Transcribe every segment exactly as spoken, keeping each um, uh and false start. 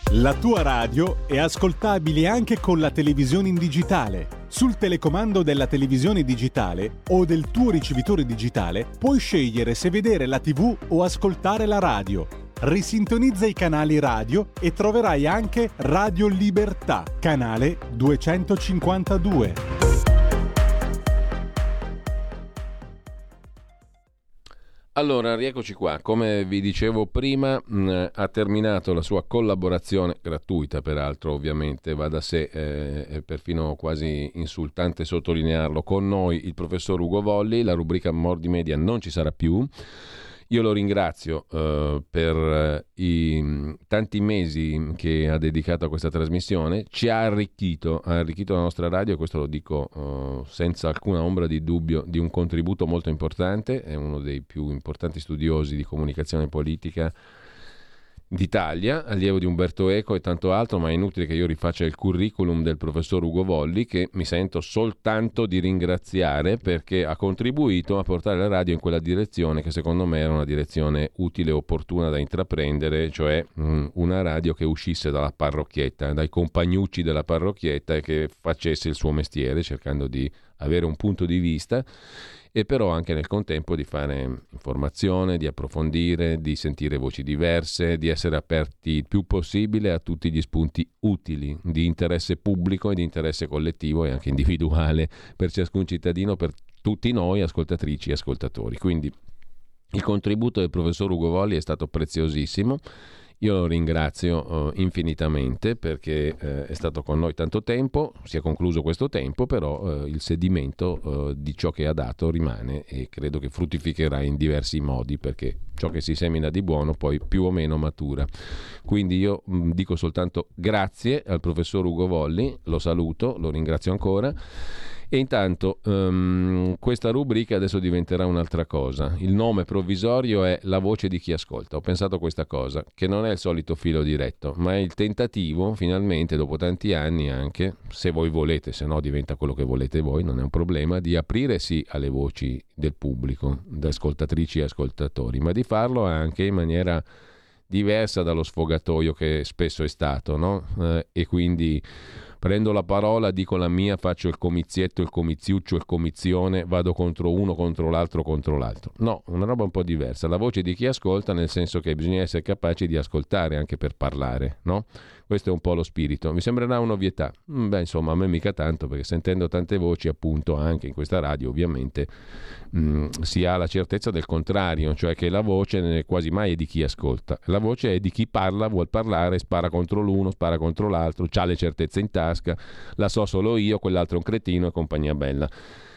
La tua radio è ascoltabile anche con la televisione in digitale. Sul telecomando della televisione digitale o del tuo ricevitore digitale puoi scegliere se vedere la tivù o ascoltare la radio. Risintonizza i canali radio e troverai anche Radio Libertà, canale duecentocinquantadue. Allora, rieccoci qua. Come vi dicevo prima, mh, ha terminato la sua collaborazione, gratuita peraltro ovviamente, va da sé, eh, è perfino quasi insultante sottolinearlo, con noi il professor Ugo Volli. La rubrica Mordi Media non ci sarà più. Io lo ringrazio eh, per eh, i tanti mesi che ha dedicato a questa trasmissione, ci ha arricchito, ha arricchito la nostra radio, e questo lo dico eh, senza alcuna ombra di dubbio, di un contributo molto importante. È uno dei più importanti studiosi di comunicazione politica d'Italia, allievo di Umberto Eco e tanto altro, ma è inutile che io rifaccia il curriculum del professor Ugo Volli, che mi sento soltanto di ringraziare perché ha contribuito a portare la radio in quella direzione che secondo me era una direzione utile e opportuna da intraprendere, cioè mh, una radio che uscisse dalla parrocchietta, dai compagnucci della parrocchietta, e che facesse il suo mestiere cercando di avere un punto di vista, e però anche nel contempo di fare informazione, di approfondire, di sentire voci diverse, di essere aperti il più possibile a tutti gli spunti utili di interesse pubblico e di interesse collettivo e anche individuale per ciascun cittadino, per tutti noi ascoltatrici e ascoltatori. Quindi il contributo del professor Ugo Volli è stato preziosissimo. Io lo ringrazio eh, infinitamente perché eh, è stato con noi tanto tempo, si è concluso questo tempo, però eh, il sedimento eh, di ciò che ha dato rimane e credo che fruttificherà in diversi modi, perché ciò che si semina di buono poi più o meno matura. Quindi io mh, dico soltanto grazie al professor Ugo Volli, lo saluto, lo ringrazio ancora. E intanto um, questa rubrica adesso diventerà un'altra cosa. Il nome provvisorio è La voce di chi ascolta. Ho pensato a questa cosa, che non è il solito filo diretto, ma è il tentativo, finalmente, dopo tanti anni anche, se voi volete, se no diventa quello che volete voi, non è un problema, di aprire sì alle voci del pubblico, da ascoltatrici e ascoltatori, ma di farlo anche in maniera diversa dallo sfogatoio che spesso è stato, no? Eh, e quindi prendo la parola, dico la mia, faccio il comizietto, il comiziuccio, il comizione, vado contro uno, contro l'altro, contro l'altro. No, una roba un po' diversa. La voce di chi ascolta, nel senso che bisogna essere capaci di ascoltare anche per parlare, no? Questo è un po' lo spirito. Mi sembrerà un'ovvietà. Beh, insomma, a me mica tanto, perché sentendo tante voci, appunto, anche in questa radio, ovviamente, mh, si ha la certezza del contrario, cioè che la voce quasi mai è di chi ascolta. La voce è di chi parla, vuol parlare, spara contro l'uno, spara contro l'altro, c'ha le certezze in tasca, la so solo io, quell'altro è un cretino e compagnia bella.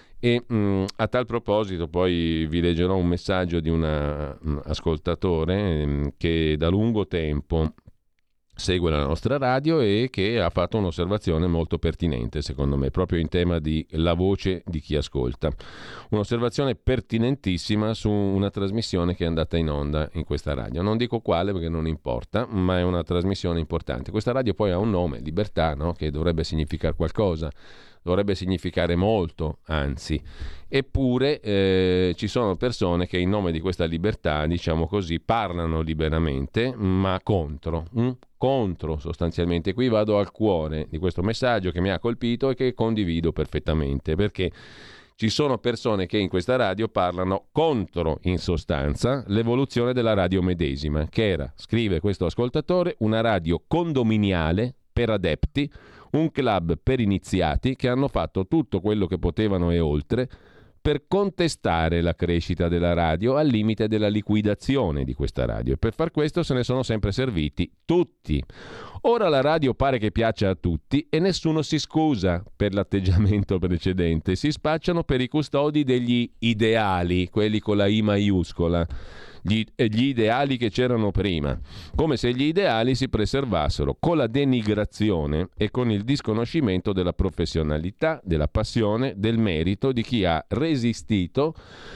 E mh, a tal proposito poi vi leggerò un messaggio di un ascoltatore mh, che da lungo tempo segue la nostra radio e che ha fatto un'osservazione molto pertinente, secondo me, proprio in tema di la voce di chi ascolta. Un'osservazione pertinentissima su una trasmissione che è andata in onda in questa radio. Non dico quale perché non importa, ma è una trasmissione importante. Questa radio poi ha un nome, Libertà, no? Che dovrebbe significare qualcosa. Dovrebbe significare molto, anzi. Eppure eh, ci sono persone che in nome di questa libertà, diciamo così, parlano liberamente, ma contro, hm? contro sostanzialmente. Qui vado al cuore di questo messaggio che mi ha colpito e che condivido perfettamente, perché ci sono persone che in questa radio parlano contro, in sostanza, l'evoluzione della radio medesima, che era, scrive questo ascoltatore, una radio condominiale per adepti, un club per iniziati che hanno fatto tutto quello che potevano e oltre per contestare la crescita della radio al limite della liquidazione di questa radio, e per far questo se ne sono sempre serviti tutti. Ora la radio pare che piaccia a tutti e nessuno si scusa per l'atteggiamento precedente, si spacciano per i custodi degli ideali, quelli con la I maiuscola, Gli, gli ideali che c'erano prima, come se gli ideali si preservassero con la denigrazione e con il disconoscimento della professionalità, della passione, del merito di chi ha resistito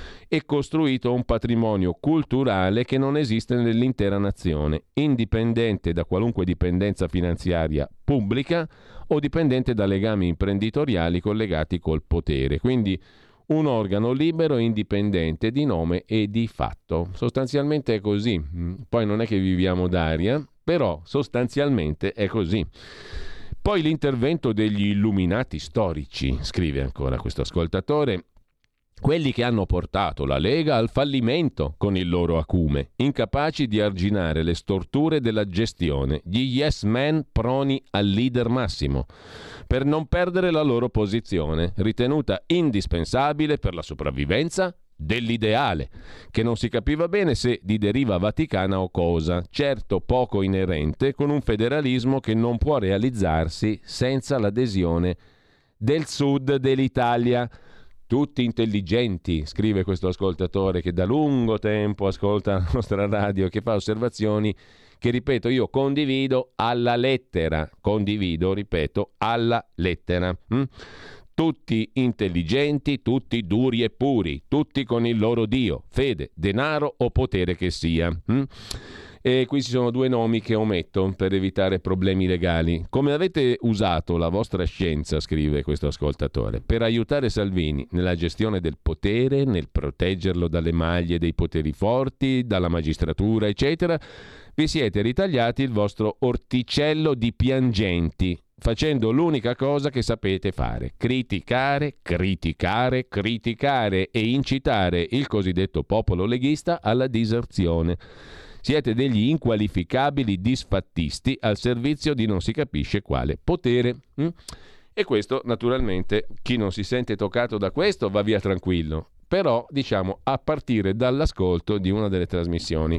e costruito un patrimonio culturale che non esiste nell'intera nazione, indipendente da qualunque dipendenza finanziaria pubblica o dipendente da legami imprenditoriali collegati col potere. Quindi un organo libero e indipendente di nome e di fatto. Sostanzialmente è così. Poi non è che viviamo d'aria, però sostanzialmente è così. Poi l'intervento degli illuminati storici, scrive ancora questo ascoltatore, quelli che hanno portato la Lega al fallimento con il loro acume, incapaci di arginare le storture della gestione, gli yes men proni al leader massimo, per non perdere la loro posizione, ritenuta indispensabile per la sopravvivenza dell'ideale, che non si capiva bene se di deriva vaticana o cosa, certo poco inerente con un federalismo che non può realizzarsi senza l'adesione del sud dell'Italia. Tutti intelligenti, scrive questo ascoltatore che da lungo tempo ascolta la nostra radio, che fa osservazioni che, ripeto, io condivido alla lettera, condivido, ripeto, alla lettera. Mm? Tutti intelligenti, tutti duri e puri, tutti con il loro Dio, fede, denaro o potere che sia. Mm? E qui ci sono due nomi che ometto per evitare problemi legali. Come avete usato la vostra scienza, scrive questo ascoltatore, per aiutare Salvini nella gestione del potere, nel proteggerlo dalle maglie dei poteri forti, dalla magistratura, eccetera, vi siete ritagliati il vostro orticello di piangenti, facendo l'unica cosa che sapete fare: criticare, criticare, criticare e incitare il cosiddetto popolo leghista alla diserzione. Siete degli inqualificabili disfattisti al servizio di non si capisce quale potere. Mm? E questo, naturalmente, chi non si sente toccato da questo va via tranquillo. Però, diciamo, a partire dall'ascolto di una delle trasmissioni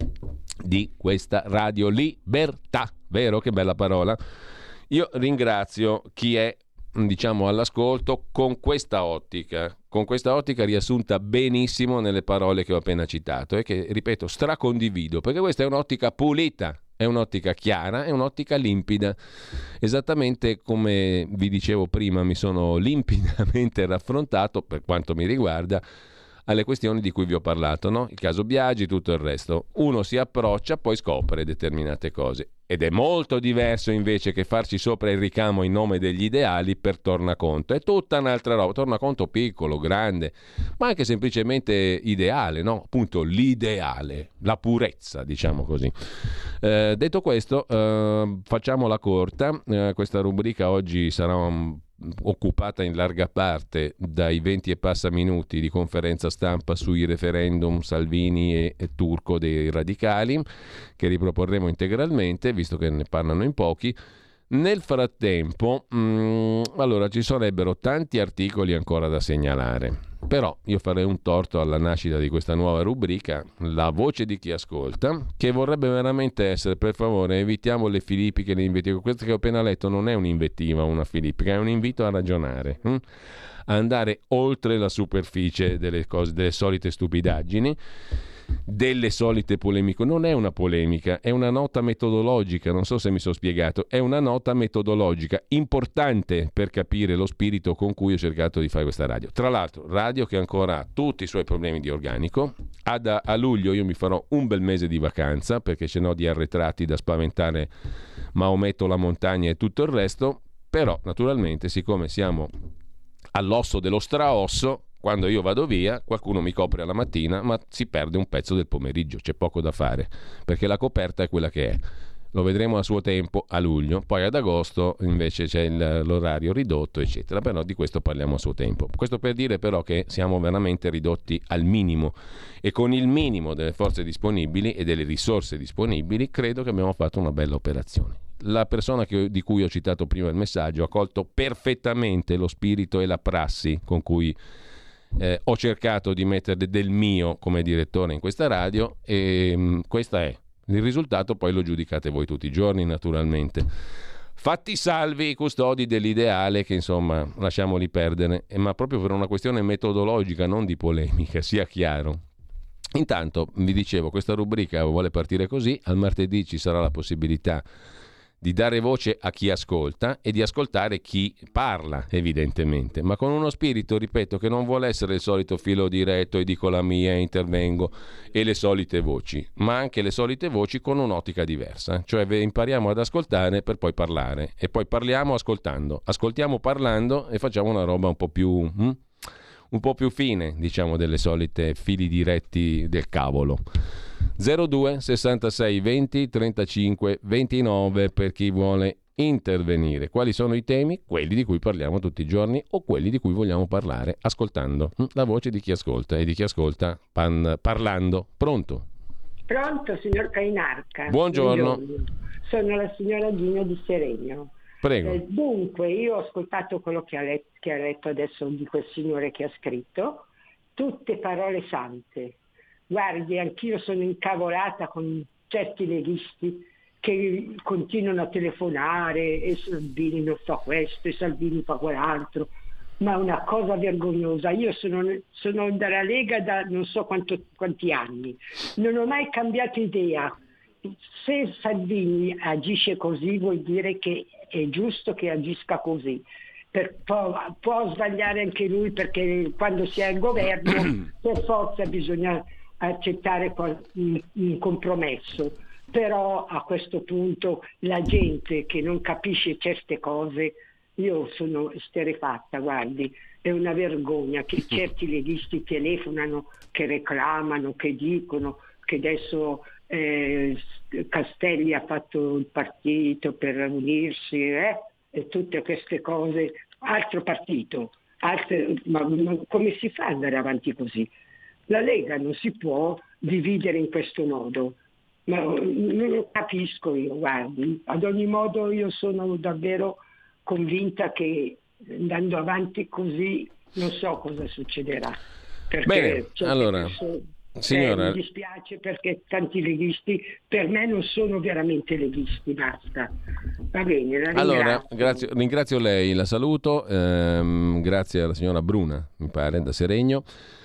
di questa Radio Libertà. Vero? Che bella parola. Io ringrazio chi è, diciamo, all'ascolto con questa ottica, con questa ottica riassunta benissimo nelle parole che ho appena citato e che, ripeto, stracondivido, perché questa è un'ottica pulita, è un'ottica chiara, è un'ottica limpida, esattamente come vi dicevo prima, mi sono limpidamente raffrontato, per quanto mi riguarda, alle questioni di cui vi ho parlato, no? Il caso Biagi, tutto il resto. Uno si approccia, poi scopre determinate cose. Ed è molto diverso invece che farci sopra il ricamo in nome degli ideali per tornaconto. È tutta un'altra roba, tornaconto piccolo, grande, ma anche semplicemente ideale, no? Appunto l'ideale, la purezza, diciamo così. Eh, detto questo, eh, facciamola corta. Eh, questa rubrica oggi sarà un occupata in larga parte dai venti e passa minuti di conferenza stampa sui referendum Salvini e, e Turco dei radicali, che riproporremo integralmente, visto che ne parlano in pochi. Nel frattempo, mh, allora ci sarebbero tanti articoli ancora da segnalare, però io farei un torto alla nascita di questa nuova rubrica, La voce di chi ascolta, che vorrebbe veramente essere, per favore, evitiamo le filippiche, le invective. Questo che ho appena letto non è un'invettiva, una filippica, è un invito a ragionare, hm? a andare oltre la superficie delle cose, delle solite stupidaggini, delle solite polemiche. Non è una polemica, è una nota metodologica, non so se mi sono spiegato, è una nota metodologica importante per capire lo spirito con cui ho cercato di fare questa radio. Tra l'altro, radio che ancora ha tutti i suoi problemi di organico. Ad, a luglio io mi farò un bel mese di vacanza, perché ce n'ho di arretrati da spaventare Maometto, la montagna e tutto il resto. Però naturalmente, siccome siamo all'osso dello straosso, quando io vado via qualcuno mi copre alla mattina, ma si perde un pezzo del pomeriggio, c'è poco da fare, perché la coperta è quella che è. Lo vedremo a suo tempo a luglio, poi ad agosto invece c'è il, l'orario ridotto, eccetera, però di questo parliamo a suo tempo. Questo per dire però che siamo veramente ridotti al minimo, e con il minimo delle forze disponibili e delle risorse disponibili credo che abbiamo fatto una bella operazione. La persona che, di cui ho citato prima il messaggio ha colto perfettamente lo spirito e la prassi con cui Eh, ho cercato di mettere del mio come direttore in questa radio, e mh, questo è il risultato. Poi lo giudicate voi tutti i giorni, naturalmente. Fatti salvi i custodi dell'ideale, che insomma lasciamoli perdere, eh, ma proprio per una questione metodologica, non di polemica, sia chiaro. Intanto vi dicevo, questa rubrica vuole partire così. Al martedì ci sarà la possibilità di dare voce a chi ascolta e di ascoltare chi parla, evidentemente, ma con uno spirito, ripeto, che non vuole essere il solito filo diretto e dico la mia e intervengo e le solite voci, ma anche le solite voci con un'ottica diversa, cioè impariamo ad ascoltare per poi parlare, e poi parliamo ascoltando, ascoltiamo parlando e facciamo una roba un po' più hm? un po' più fine, diciamo, delle solite fili diretti del cavolo. zero due sessantasei venti trentacinque ventinove per chi vuole intervenire. Quali sono i temi? Quelli di cui parliamo tutti i giorni o quelli di cui vogliamo parlare ascoltando la voce di chi ascolta e di chi ascolta pan- parlando. Pronto? Pronto, signor Cainarca. Buongiorno. Buongiorno. Sono la signora Gina di Seregno. Prego. Eh, dunque, io ho ascoltato quello che ha, letto, che ha letto adesso di quel signore che ha scritto, tutte parole sante. Guardi, anch'io sono incavolata con certi leghisti che continuano a telefonare e Salvini non fa questo e Salvini fa quell'altro, ma è una cosa vergognosa. Io sono, sono dalla Lega da non so quanto, quanti anni, non ho mai cambiato idea. Se Salvini agisce così vuol dire che è giusto che agisca così. Per, può, può sbagliare anche lui, perché quando si è al governo per forza bisogna accettare un, un compromesso, però a questo punto la gente che non capisce certe cose, io sono esterrefatta, guardi, è una vergogna che certi leghisti telefonano, che reclamano, che dicono che adesso eh, Castelli ha fatto il partito per unirsi eh, e tutte queste cose, altro partito, altre, ma, ma come si fa ad andare avanti così? La Lega non si può dividere in questo modo, ma non lo capisco io, guardi. Ad ogni modo io sono davvero convinta che andando avanti così non so cosa succederà. Perché Bene, allora, persone, signora... eh, mi dispiace perché tanti leghisti per me non sono veramente leghisti, basta. Va bene, la ringrazio. Allora, grazie, ringrazio lei, la saluto, ehm, grazie alla signora Bruna, mi pare, da Seregno.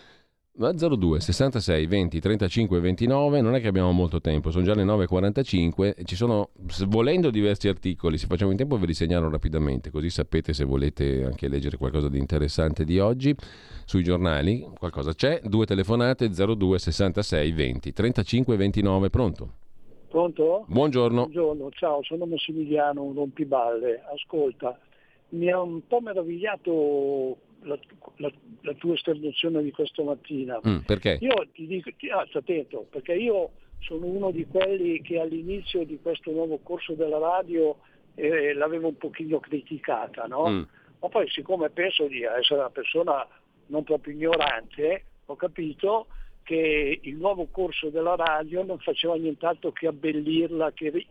zero due sessantasei venti trentacinque ventinove, non è che abbiamo molto tempo, sono già le nove e quarantacinque, ci sono volendo diversi articoli, se facciamo in tempo ve li segnalo rapidamente, così sapete se volete anche leggere qualcosa di interessante di oggi sui giornali, qualcosa c'è. Due telefonate, zero due sessantasei venti trentacinque ventinove. Pronto? Pronto? Buongiorno. Buongiorno, ciao, sono Massimiliano, un rompiballe. Ascolta, mi ha un po' meravigliato La, la, la tua esternazione di questa mattina. Mm, perché? Io ti dico, ti, ah, sta attento, perché io sono uno di quelli che all'inizio di questo nuovo corso della radio eh, l'avevo un pochino criticata, no? Mm. Ma poi, siccome penso di essere una persona non proprio ignorante, ho capito che il nuovo corso della radio non faceva nient'altro che abbellirla, che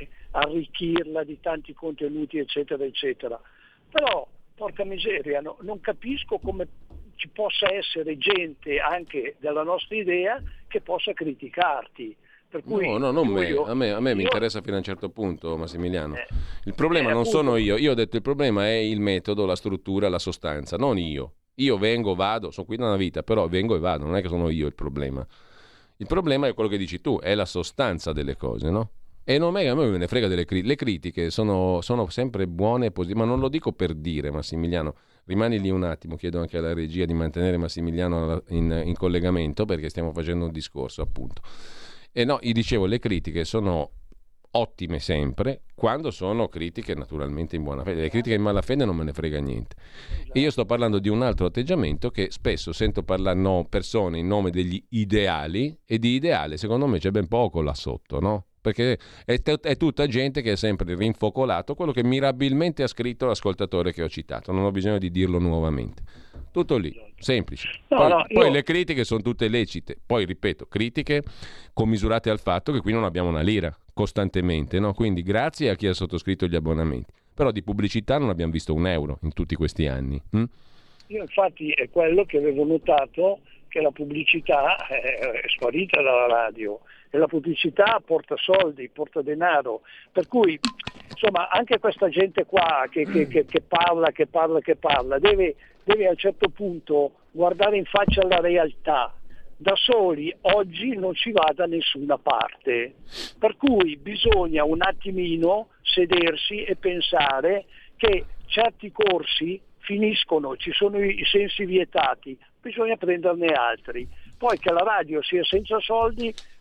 arricchirla di tanti contenuti, eccetera, eccetera. Però porca miseria, no, non capisco come ci possa essere gente anche della nostra idea che possa criticarti. Per cui no, no, non me. io, a me, a me io, mi interessa fino a un certo punto, Massimiliano. Eh, il problema eh, non appunto, sono io, io ho detto il problema è il metodo, la struttura, la sostanza, non io. Io vengo, vado, sono qui da una vita, però vengo e vado, non è che sono io il problema. Il problema è quello che dici tu, è la sostanza delle cose, no? E non è, a me me ne frega delle critiche, le critiche sono, sono sempre buone e positive, ma non lo dico per dire, Massimiliano, rimani lì un attimo, chiedo anche alla regia di mantenere Massimiliano in, in collegamento perché stiamo facendo un discorso appunto. E no, gli dicevo, le critiche sono ottime sempre, quando sono critiche naturalmente in buona fede, le critiche in malafede non me ne frega niente. E io sto parlando di un altro atteggiamento che spesso sento parlare no, persone in nome degli ideali, e di ideale secondo me c'è ben poco là sotto, no? Perché è, t- è tutta gente che è sempre rinfocolato quello che mirabilmente ha scritto l'ascoltatore che ho citato, non ho bisogno di dirlo nuovamente. Tutto lì, semplice. No, poi, no, poi io... le critiche sono tutte lecite, poi ripeto, critiche commisurate al fatto che qui non abbiamo una lira costantemente, no? Quindi grazie a chi ha sottoscritto gli abbonamenti, però di pubblicità non abbiamo visto un euro in tutti questi anni. Hm? Io infatti è quello che avevo notato, che la pubblicità è sparita dalla radio e la pubblicità porta soldi, porta denaro, per cui insomma anche questa gente qua che, che, che, che parla, che parla, che parla deve, deve a un certo punto guardare in faccia alla realtà. Da soli oggi non si va da nessuna parte, per cui bisogna un attimino sedersi e pensare che certi corsi finiscono, ci sono i sensi vietati, bisogna prenderne altri. Poi che la radio sia senza soldi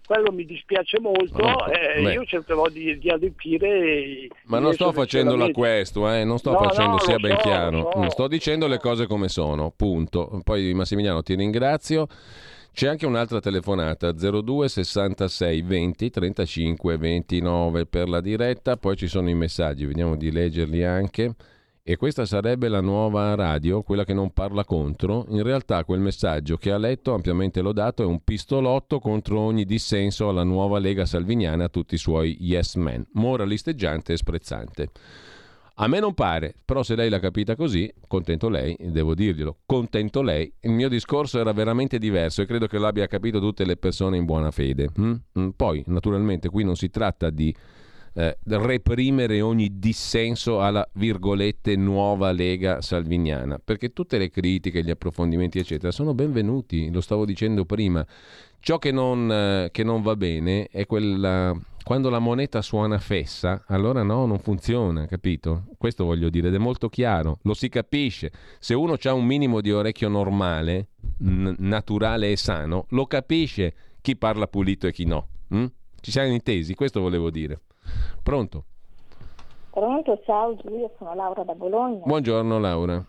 quello mi dispiace molto, oh, eh, io cercherò di, di adempiere. Ma non sto facendo la questo, eh, non sto no, facendo, no, sia ben so, chiaro, so. sto dicendo le cose come sono, punto. Poi Massimiliano ti ringrazio. C'è anche un'altra telefonata, zero due sessantasei venti trentacinque ventinove per la diretta, poi ci sono i messaggi, vediamo di leggerli anche. E questa sarebbe la nuova radio, quella che non parla contro. In realtà quel messaggio che ha letto, ampiamente lodato, è un pistolotto contro ogni dissenso alla nuova Lega Salviniana, a tutti i suoi yes men, moralisteggiante e sprezzante. A me non pare, però se lei l'ha capita così, contento lei, devo dirglielo, contento lei. Il mio discorso era veramente diverso e credo che lo abbia capito tutte le persone in buona fede. Mm? Poi, naturalmente, qui non si tratta di Eh, reprimere ogni dissenso alla virgolette nuova Lega Salviniana, perché tutte le critiche, gli approfondimenti eccetera sono benvenuti, lo stavo dicendo prima. Ciò che non, eh, che non va bene è quella, quando la moneta suona fessa, allora no, non funziona, capito? Questo voglio dire, ed è molto chiaro, lo si capisce. Se uno ha un minimo di orecchio normale, n- naturale e sano, lo capisce chi parla pulito e chi no. Hm? Ci siamo intesi? Questo volevo dire. Pronto? Pronto, ciao Giulio, sono Laura da Bologna. Buongiorno Laura.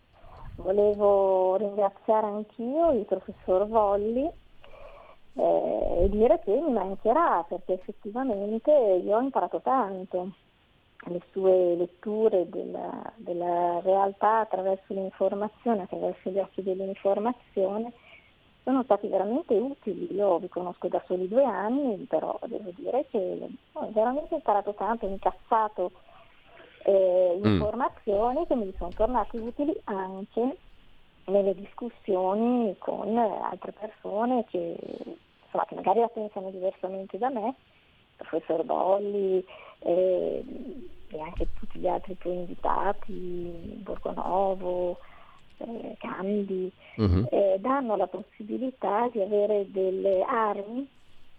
Volevo ringraziare anch'io il professor Volli eh, e dire che mi mancherà, perché effettivamente io ho imparato tanto. Le sue letture della, della realtà attraverso l'informazione, attraverso gli occhi dell'informazione, sono stati veramente utili. Io vi conosco da soli due anni, però devo dire che ho veramente imparato tanto, ho incassato eh, informazioni mm. che mi sono tornate utili anche nelle discussioni con altre persone che, insomma, che magari la pensano diversamente da me, il professor Bolli eh, e anche tutti gli altri tuoi invitati, Borgonovo, Eh, Candi, uh-huh. eh, danno la possibilità di avere delle armi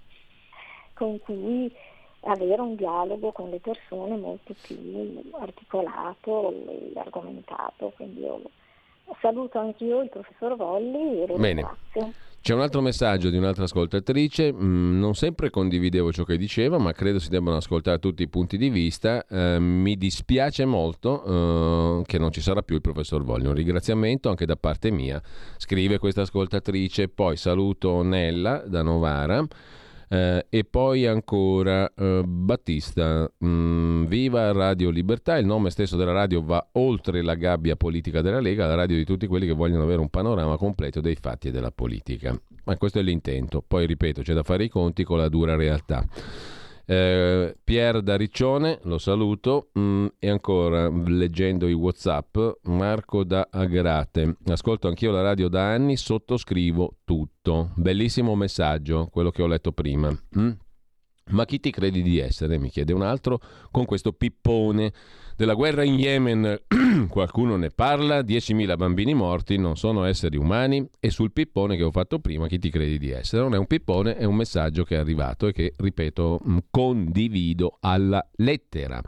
con cui avere un dialogo con le persone molto più articolato e argomentato. Quindi io saluto anch'io il professor Volli e lo ringrazio. C'è un altro messaggio di un'altra ascoltatrice, mm, non sempre condividevo ciò che diceva, ma credo si debbano ascoltare tutti i punti di vista. Eh, mi dispiace molto eh, che non ci sarà più il professor Volli. Un ringraziamento anche da parte mia, scrive questa ascoltatrice. Poi saluto Nella da Novara. Eh, e poi ancora eh, Battista, mh, viva Radio Libertà, il nome stesso della radio va oltre la gabbia politica della Lega, la radio di tutti quelli che vogliono avere un panorama completo dei fatti e della politica. Ma questo è l'intento, poi ripeto, c'è da fare i conti con la dura realtà. Eh, Pier da Riccione, lo saluto, mh, e ancora leggendo i WhatsApp, Marco da Agrate, ascolto anch'io la radio da anni, sottoscrivo tutto, bellissimo messaggio quello che ho letto prima. mh? Ma chi ti credi di essere? Mi chiede un altro, con questo pippone della guerra in Yemen. Qualcuno ne parla, diecimila bambini morti, non sono esseri umani. E sul pippone che ho fatto prima, chi ti credi di essere? Non è un pippone, è un messaggio che è arrivato e che, ripeto, condivido alla lettera.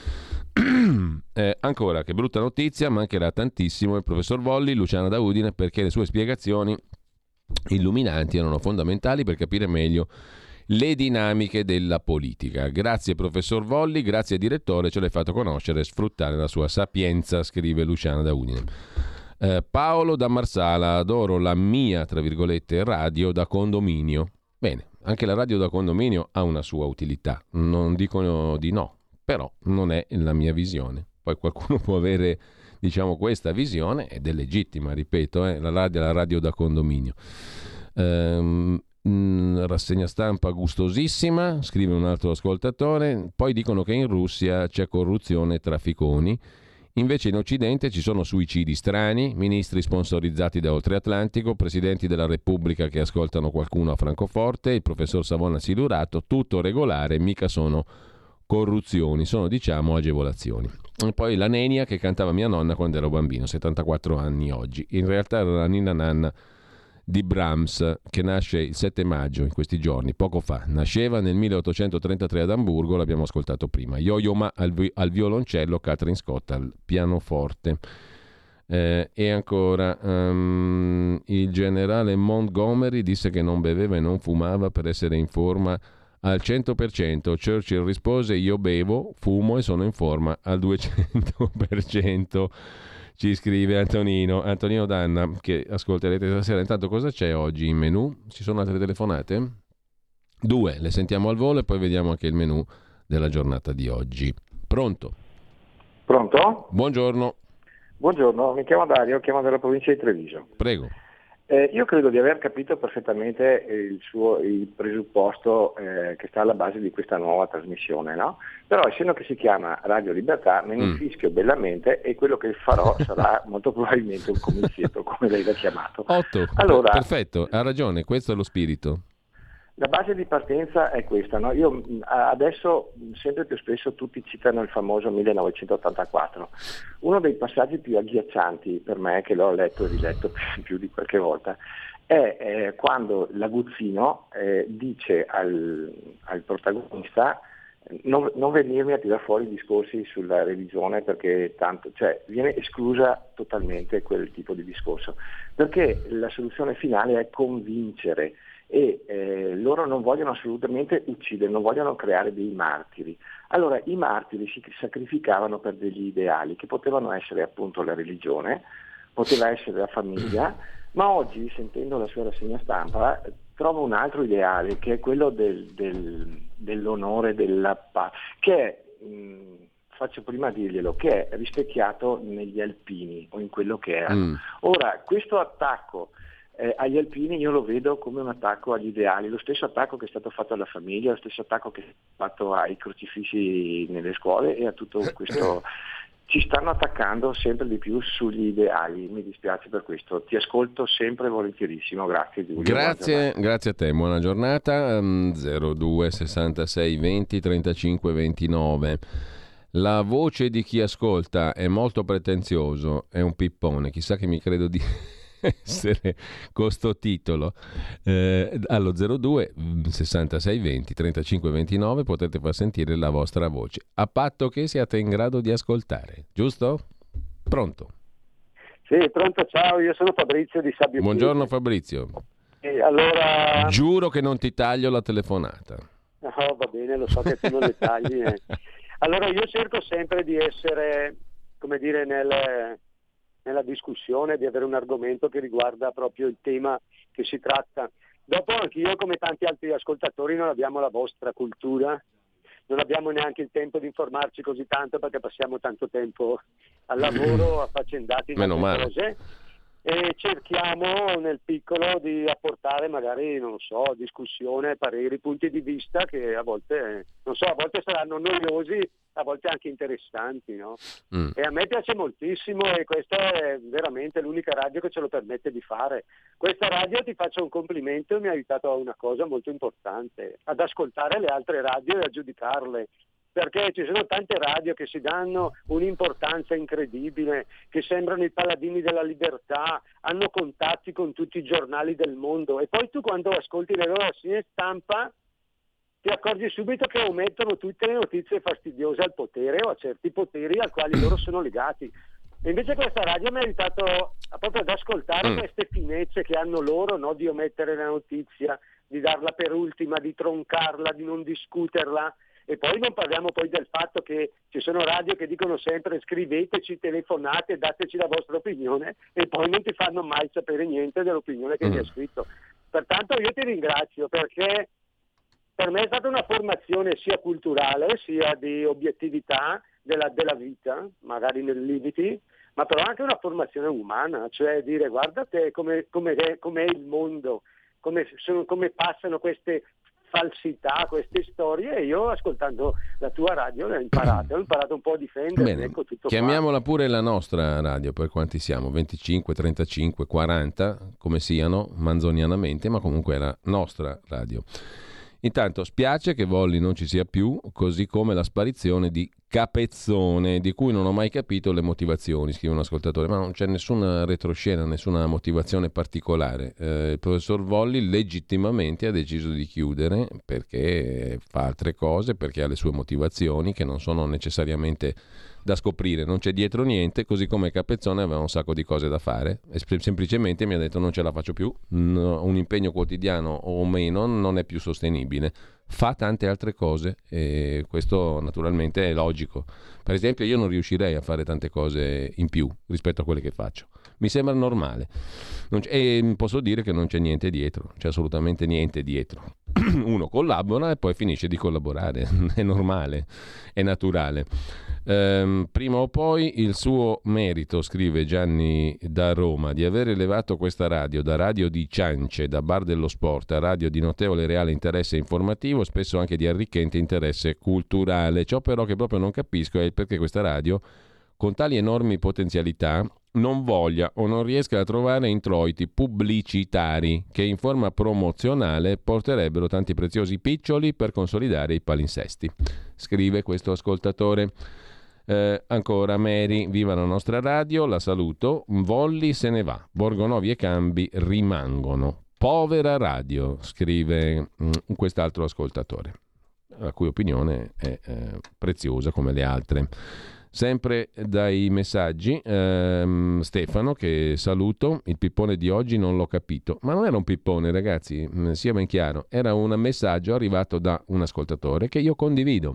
Eh, ancora, che brutta notizia, mancherà tantissimo il professor Volli, Luciana da Udine, perché le sue spiegazioni illuminanti erano fondamentali per capire meglio le dinamiche della politica. Grazie professor Volli, grazie direttore, ce l'hai fatto conoscere e sfruttare la sua sapienza, scrive Luciana da Udine. Eh, Paolo da Marsala, adoro la mia, tra virgolette, radio da condominio. Bene, anche la radio da condominio ha una sua utilità, non dicono di no, però non è la mia visione. Poi qualcuno può avere, diciamo, questa visione ed è legittima, ripeto, eh, la radio la radio da condominio. Ehm Mm, rassegna stampa gustosissima, scrive un altro ascoltatore. Poi dicono che in Russia c'è corruzione e trafficoni, invece in Occidente ci sono suicidi strani, ministri sponsorizzati da Oltreatlantico, presidenti della Repubblica che ascoltano qualcuno a Francoforte, il professor Savona Silurato, tutto regolare, mica sono corruzioni, sono, diciamo, agevolazioni. E poi la nenia che cantava mia nonna quando ero bambino, settantaquattro anni oggi, in realtà era la ninna nanna di Brahms, che nasce il sette maggio, in questi giorni, poco fa. Nasceva nel milleottocentotrentatré ad Amburgo, l'abbiamo ascoltato prima. Yo-Yo Ma al, vi- al violoncello, Catherine Scott al pianoforte. Eh, e ancora, um, il generale Montgomery disse che non beveva e non fumava per essere in forma al cento per cento. Churchill rispose: io bevo, fumo e sono in forma al duecento per cento. Ci scrive Antonino, Antonino Danna, che ascolterete stasera. Intanto cosa c'è oggi in menù? Ci sono altre telefonate? Due, le sentiamo al volo e poi vediamo anche il menù della giornata di oggi. Pronto? Pronto? Buongiorno. Buongiorno, mi chiamo Dario, chiamo dalla provincia di Treviso. Prego. Eh, io credo di aver capito perfettamente il, suo, il presupposto eh, che sta alla base di questa nuova trasmissione, no? Però essendo che si chiama Radio Libertà me ne infischio mm. bellamente e quello che farò sarà molto probabilmente un comizietto, come lei l'ha chiamato. Otto, allora, perfetto, ha ragione, questo è lo spirito. La base di partenza è questa, no? Io adesso sempre più spesso tutti citano il famoso millenovecentottantaquattro. Uno dei passaggi più agghiaccianti per me, che l'ho letto e riletto più di qualche volta, è eh, quando l'Aguzzino eh, dice al, al protagonista non, non venirmi a tirare fuori discorsi sulla religione perché tanto, cioè viene esclusa totalmente quel tipo di discorso, perché la soluzione finale è convincere. E eh, loro non vogliono assolutamente uccidere, non vogliono creare dei martiri. Allora i martiri si sacrificavano per degli ideali che potevano essere appunto la religione, poteva essere la famiglia, ma oggi sentendo la sua rassegna stampa trovo un altro ideale che è quello del, del, dell'onore, della pace, che è, mh, faccio prima dirglielo, che è rispecchiato negli alpini o in quello che erano. Mm. Ora questo attacco Eh, agli alpini io lo vedo come un attacco agli ideali, lo stesso attacco che è stato fatto alla famiglia, lo stesso attacco che è stato fatto ai crocifissi nelle scuole e a tutto questo. Ci stanno attaccando sempre di più sugli ideali, mi dispiace per questo. Ti ascolto sempre volentierissimo, grazie Giulio. Grazie, grazie a te, buona giornata. zero due sessantasei venti trentacinque ventinove. La voce di chi ascolta è molto pretenzioso, è un pippone, chissà che mi credo di essere con sto titolo. Eh, allo zero due sessantasei venti trentacinque ventinove potete far sentire la vostra voce, a patto che siate in grado di ascoltare, giusto? Pronto? Sì, pronto, ciao, io sono Fabrizio di Sabbio. Buongiorno Fabrizio. E allora... Giuro che non ti taglio la telefonata. No, va bene, lo so che tu non le tagli. Eh. Allora io cerco sempre di essere, come dire, nel... nella discussione, di avere un argomento che riguarda proprio il tema che si tratta. Dopo anch'io, come tanti altri ascoltatori, non abbiamo la vostra cultura, non abbiamo neanche il tempo di informarci così tanto perché passiamo tanto tempo al lavoro, affaccendati in altre cose, e cerchiamo nel piccolo di apportare magari, non so, discussione, pareri, punti di vista che a volte, non so, a volte saranno noiosi, a volte anche interessanti, no? Mm. E a me piace moltissimo e questa è veramente l'unica radio che ce lo permette di fare. Questa radio, ti faccio un complimento, mi ha aiutato a una cosa molto importante, ad ascoltare le altre radio e a giudicarle, perché ci sono tante radio che si danno un'importanza incredibile, che sembrano i paladini della libertà, hanno contatti con tutti i giornali del mondo e poi tu quando ascolti le loro rassegne stampa ti accorgi subito che omettono tutte le notizie fastidiose al potere o a certi poteri al quali loro sono legati. E invece questa radio mi ha aiutato a proprio ad ascoltare mm. queste finezze che hanno loro, no? Di omettere la notizia, di darla per ultima, di troncarla, di non discuterla. E poi non parliamo poi del fatto che ci sono radio che dicono sempre scriveteci, telefonate, dateci la vostra opinione e poi non ti fanno mai sapere niente dell'opinione che mm. ti ha scritto. Pertanto io ti ringrazio perché per me è stata una formazione sia culturale sia di obiettività della, della vita, magari nei limiti, ma però anche una formazione umana, cioè dire guarda te come, come è, com'è il mondo, come, sono, come passano queste falsità, queste storie, e io ascoltando la tua radio le ho imparate, ho imparato un po' a difendermi. Ecco, tutto chiamiamola qua. Pure la nostra radio, per quanti siamo, venticinque, trentacinque, quaranta, come siano manzonianamente, ma comunque è la nostra radio. Intanto spiace che Volli non ci sia più, così come la sparizione di capezzone di cui non ho mai capito le motivazioni, scrive un ascoltatore, ma non c'è nessuna retroscena, nessuna motivazione particolare. Eh, il professor Volli legittimamente ha deciso di chiudere perché fa altre cose, perché ha le sue motivazioni che non sono necessariamente da scoprire, non c'è dietro niente, così come Capezzone aveva un sacco di cose da fare e semplicemente mi ha detto non ce la faccio più, no, un impegno quotidiano o meno non è più sostenibile, fa tante altre cose e questo naturalmente è logico. Per esempio io non riuscirei a fare tante cose in più rispetto a quelle che faccio, mi sembra normale non e posso dire che non c'è niente dietro, c'è assolutamente niente dietro. Uno collabora e poi finisce di collaborare, è normale, è naturale. Ehm, prima o poi il suo merito, scrive Gianni da Roma, di aver elevato questa radio da radio di ciance, da bar dello sport a radio di notevole reale interesse informativo, spesso anche di arricchente interesse culturale. Ciò però che proprio non capisco è il perché questa radio, con tali enormi potenzialità, non voglia o non riesca a trovare introiti pubblicitari che in forma promozionale porterebbero tanti preziosi piccioli per consolidare i palinsesti, scrive questo ascoltatore. Eh, ancora Mary, viva la nostra radio, la saluto. Volli se ne va, Borgonovi e Cambi rimangono. Povera radio, scrive mh, quest'altro ascoltatore, la cui opinione è eh, preziosa come le altre. Sempre dai messaggi, ehm, Stefano, che saluto, il pippone di oggi non l'ho capito, ma non era un pippone, ragazzi, sia ben chiaro, era un messaggio arrivato da un ascoltatore che io condivido,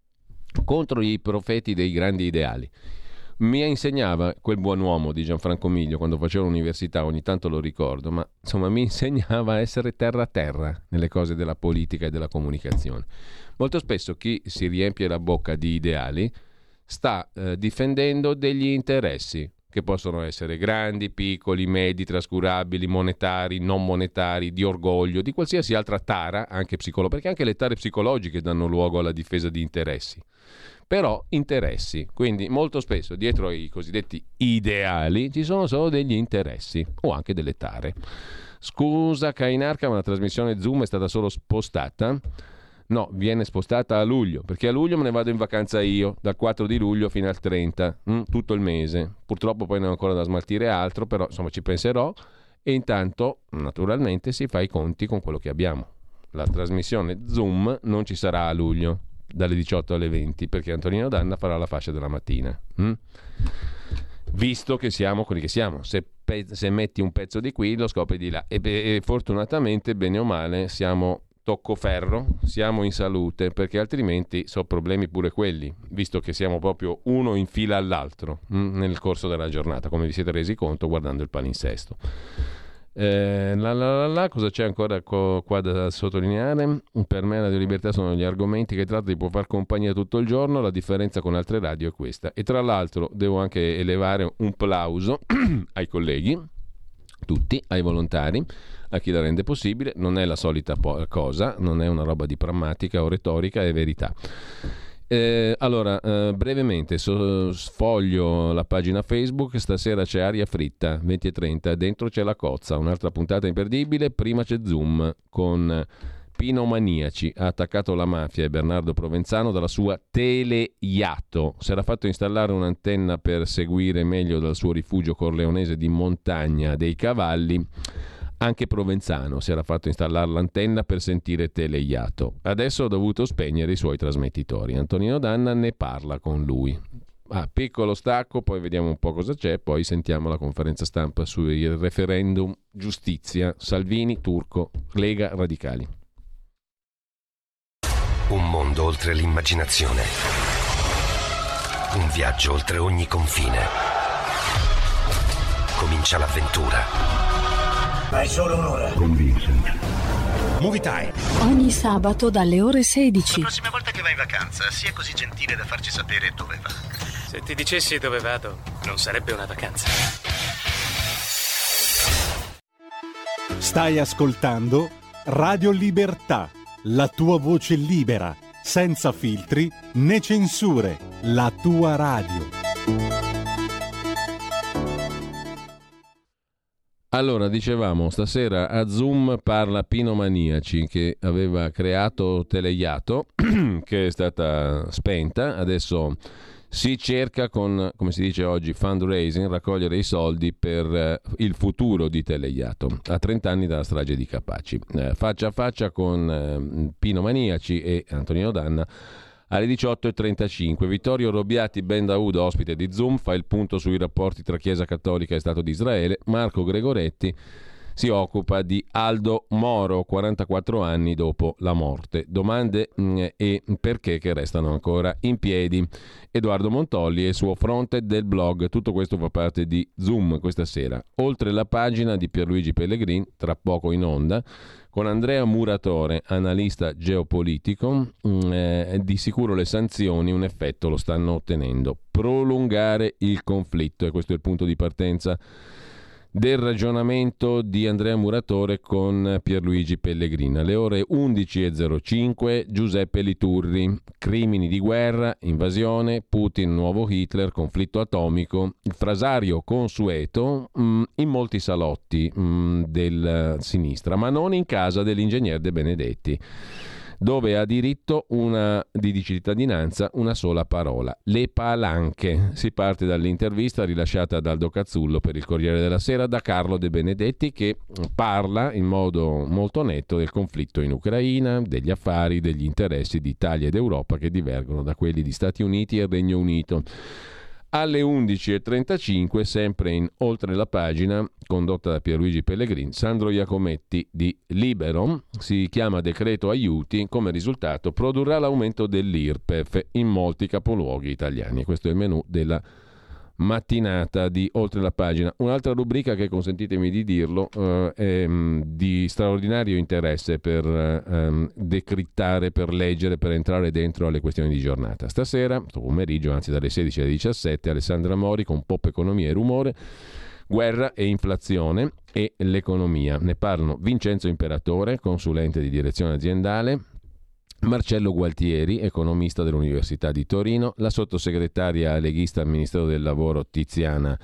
contro i profeti dei grandi ideali. Mi insegnava quel buon uomo di Gianfranco Miglio quando facevo l'università, ogni tanto lo ricordo, ma insomma mi insegnava a essere terra a terra nelle cose della politica e della comunicazione. Molto spesso chi si riempie la bocca di ideali sta eh, difendendo degli interessi che possono essere grandi, piccoli, medi, trascurabili, monetari, non monetari, di orgoglio, di qualsiasi altra tara, anche psicologica, perché anche le tare psicologiche danno luogo alla difesa di interessi. Però interessi, quindi molto spesso dietro ai cosiddetti ideali ci sono solo degli interessi o anche delle tare. Scusa Cainarca, ma la trasmissione Zoom è stata solo spostata? No, viene spostata a luglio, perché a luglio me ne vado in vacanza io, dal quattro di luglio fino al trenta, mh, tutto il mese. Purtroppo poi non ho ancora da smaltire altro, però insomma ci penserò e intanto naturalmente si fa i conti con quello che abbiamo. La trasmissione Zoom non ci sarà a luglio, dalle diciotto alle venti, perché Antonino Danna farà la fascia della mattina. Mh? Visto che siamo quelli che siamo, se, pe- se metti un pezzo di qui lo scopri di là e, be- e fortunatamente bene o male siamo toccoferro, siamo in salute, perché altrimenti sono problemi pure quelli, visto che siamo proprio uno in fila all'altro mh, nel corso della giornata, come vi siete resi conto guardando il palinsesto. Eh, la, la, la, la, cosa c'è ancora co, qua da sottolineare? Per me Radio Libertà sono gli argomenti che tratta di può far compagnia tutto il giorno, la differenza con altre radio è questa. E tra l'altro devo anche elevare un plauso ai colleghi, tutti, ai volontari, a chi la rende possibile. Non è la solita po- cosa, non è una roba di prammatica o retorica, è verità. Eh, allora, eh, brevemente so, sfoglio la pagina Facebook. Stasera c'è Aria Fritta, venti e trenta, dentro c'è La Cozza, un'altra puntata imperdibile. Prima c'è Zoom con Pino Maniaci, ha attaccato la mafia e Bernardo Provenzano dalla sua Teleiato. Si era fatto installare un'antenna per seguire meglio dal suo rifugio corleonese di montagna dei cavalli. Anche Provenzano si era fatto installare l'antenna per sentire Teleiato. Adesso ha dovuto spegnere i suoi trasmettitori. Antonino Danna ne parla con lui. Ah, piccolo stacco, poi vediamo un po' cosa c'è, poi sentiamo la conferenza stampa sul referendum giustizia. Salvini, Turco, Lega, Radicali. Un mondo oltre l'immaginazione. Un viaggio oltre ogni confine. Comincia l'avventura. Hai solo un'ora. Con Vincent. Movie Time. Ogni sabato dalle ore sedici. La prossima volta che vai in vacanza, sia così gentile da farci sapere dove va. Se ti dicessi dove vado, non sarebbe una vacanza. Stai ascoltando Radio Libertà, la tua voce libera, senza filtri né censure, la tua radio. Allora, dicevamo, stasera a Zoom parla Pino Maniaci, che aveva creato Teleiato, che è stata spenta. Adesso si cerca con, come si dice oggi, fundraising, raccogliere i soldi per eh, il futuro di Teleiato, a trenta anni dalla strage di Capaci. Eh, faccia a faccia con eh, Pino Maniaci e Antonino Danna alle diciotto e trentacinque. Vittorio Robbiati Ben Daoud, ospite di Zoom, fa il punto sui rapporti tra Chiesa Cattolica e Stato di Israele. Marco Gregoretti si occupa di Aldo Moro, quarantaquattro anni dopo la morte. Domande mh, e perché che restano ancora in piedi. Edoardo Montolli e il suo fronte del blog. Tutto questo fa parte di Zoom questa sera. Oltre la pagina di Pierluigi Pellegrin, tra poco in onda, con Andrea Muratore, analista geopolitico. Eh, di sicuro le sanzioni un effetto lo stanno ottenendo: prolungare il conflitto, e questo è il punto di partenza del ragionamento di Andrea Muratore con Pierluigi Pellegrin. Alle ore undici e zero cinque Giuseppe Liturri, crimini di guerra, invasione, Putin nuovo Hitler, conflitto atomico, il frasario consueto mh, in molti salotti mh, della sinistra, ma non in casa dell'ingegner De Benedetti, dove ha diritto una, di cittadinanza una sola parola: le palanche. Si parte dall'intervista rilasciata da Aldo Cazzullo per il Corriere della Sera da Carlo De Benedetti, che parla in modo molto netto del conflitto in Ucraina, degli affari, degli interessi di Italia ed Europa che divergono da quelli di Stati Uniti e Regno Unito. Alle undici e trentacinque, sempre in Oltre la pagina, condotta da Pierluigi Pellegrin, Sandro Iacometti di Libero, si chiama decreto aiuti, come risultato produrrà l'aumento dell'I R P E F in molti capoluoghi italiani. Questo è il menù della mattinata di Oltre la pagina. Un'altra rubrica che, consentitemi di dirlo, eh, è mh, di straordinario interesse per eh, decrittare, per leggere, per entrare dentro alle questioni di giornata. Stasera, questo pomeriggio, anzi dalle sedici alle diciassette, Alessandra Mori con Pop, Economia e Rumore, guerra e inflazione e l'economia. Ne parlano Vincenzo Imperatore, consulente di direzione aziendale, Marcello Gualtieri, economista dell'Università di Torino, la sottosegretaria leghista al Ministero del Lavoro Tiziana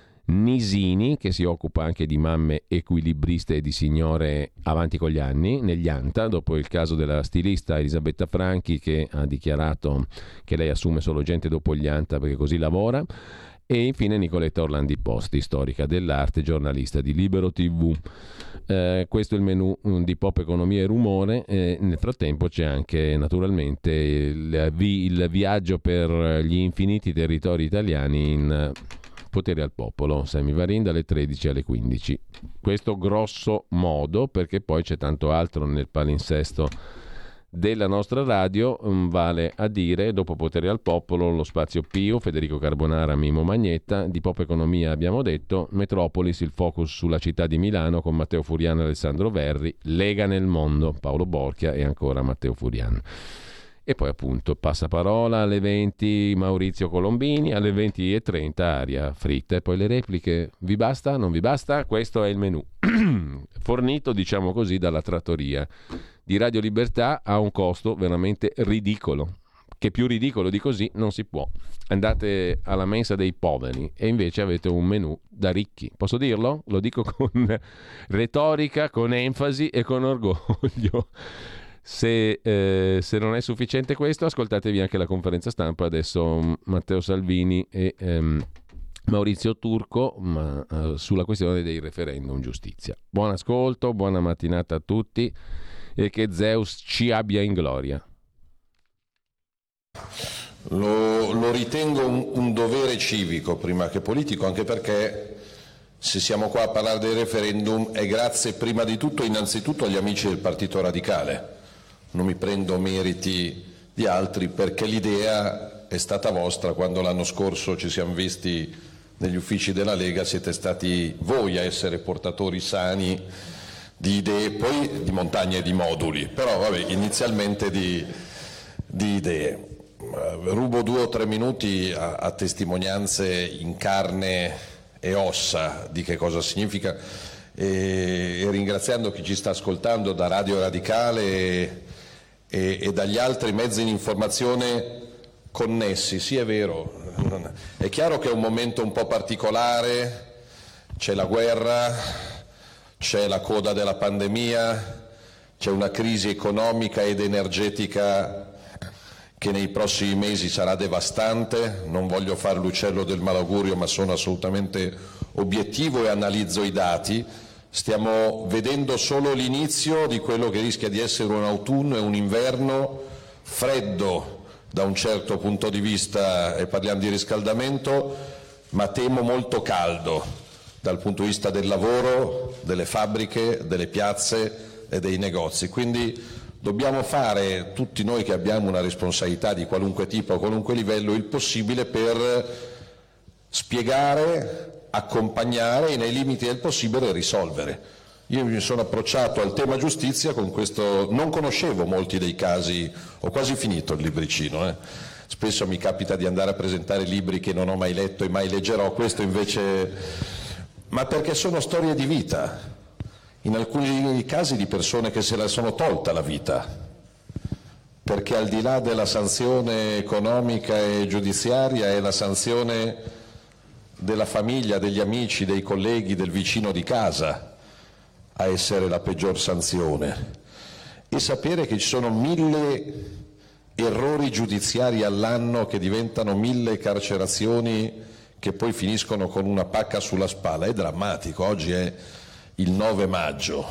Nisini, che si occupa anche di mamme equilibriste e di signore avanti con gli anni, negli ANTA, dopo il caso della stilista Elisabetta Franchi, che ha dichiarato che lei assume solo gente dopo gli ANTA perché così lavora. E infine Nicoletta Orlandi Posti, storica dell'arte, giornalista di Libero tivù. Eh, questo è il menù di Pop, Economia e Rumore. Eh, nel frattempo c'è anche naturalmente il, vi, il viaggio per gli infiniti territori italiani in Potere al Popolo, Sammy Varin, dalle tredici alle quindici. Questo grosso modo, perché poi c'è tanto altro nel palinsesto della nostra radio, vale a dire, dopo Potere al Popolo, lo Spazio Pio, Federico Carbonara, Mimo Magnetta. Di Pop Economia abbiamo detto Metropolis, il focus sulla città di Milano con Matteo Furiano e Alessandro Verri, Lega nel mondo, Paolo Borchia e ancora Matteo Furiano. E poi appunto Passaparola alle venti, Maurizio Colombini, alle venti e trenta Aria Fritta, e poi le repliche. Vi basta? Non vi basta? Questo è il menù fornito, diciamo così, dalla trattoria di Radio Libertà a un costo veramente ridicolo, che più ridicolo di così non si può. Andate alla mensa dei poveri e invece avete un menù da ricchi. Posso dirlo? Lo dico con retorica, con enfasi e con orgoglio. Se, eh, se non è sufficiente questo, ascoltatevi anche la conferenza stampa adesso Matteo Salvini e ehm, Maurizio Turco, ma eh, sulla questione dei referendum giustizia. Buon ascolto, buona mattinata a tutti e che Zeus ci abbia in gloria. Lo, lo ritengo un, un dovere civico prima che politico, anche perché se siamo qua a parlare dei referendum è grazie prima di tutto, innanzitutto, agli amici del Partito Radicale. Non mi prendo meriti di altri, perché l'idea è stata vostra quando l'anno scorso ci siamo visti negli uffici della Lega, siete stati voi a essere portatori sani di idee, poi di montagne e di moduli, però vabbè, inizialmente di, di idee. Rubo due o tre minuti a, a testimonianze in carne e ossa di che cosa significa, e, e ringraziando chi ci sta ascoltando da Radio Radicale e, e, e dagli altri mezzi di informazione connessi. Sì, è vero, è chiaro che è un momento un po' particolare, c'è la guerra, c'è la coda della pandemia, c'è una crisi economica ed energetica che nei prossimi mesi sarà devastante. Non voglio fare l'uccello del malaugurio, ma sono assolutamente obiettivo e analizzo i dati. Stiamo vedendo solo l'inizio di quello che rischia di essere un autunno e un inverno freddo da un certo punto di vista, e parliamo di riscaldamento, ma temo molto caldo dal punto di vista del lavoro, delle fabbriche, delle piazze e dei negozi. Quindi dobbiamo fare, tutti noi che abbiamo una responsabilità di qualunque tipo, a qualunque livello, il possibile per spiegare, accompagnare e nei limiti del possibile risolvere. Io mi sono approcciato al tema giustizia con questo, non conoscevo molti dei casi, ho quasi finito il libricino, eh. Spesso mi capita di andare a presentare libri che non ho mai letto e mai leggerò, questo invece, ma perché sono storie di vita, in alcuni casi di persone che se la sono tolta la vita, perché al di là della sanzione economica e giudiziaria è la sanzione della famiglia, degli amici, dei colleghi, del vicino di casa a essere la peggior sanzione. E sapere che ci sono mille errori giudiziari all'anno che diventano mille carcerazioni che poi finiscono con una pacca sulla spalla è drammatico. Oggi è il nove maggio,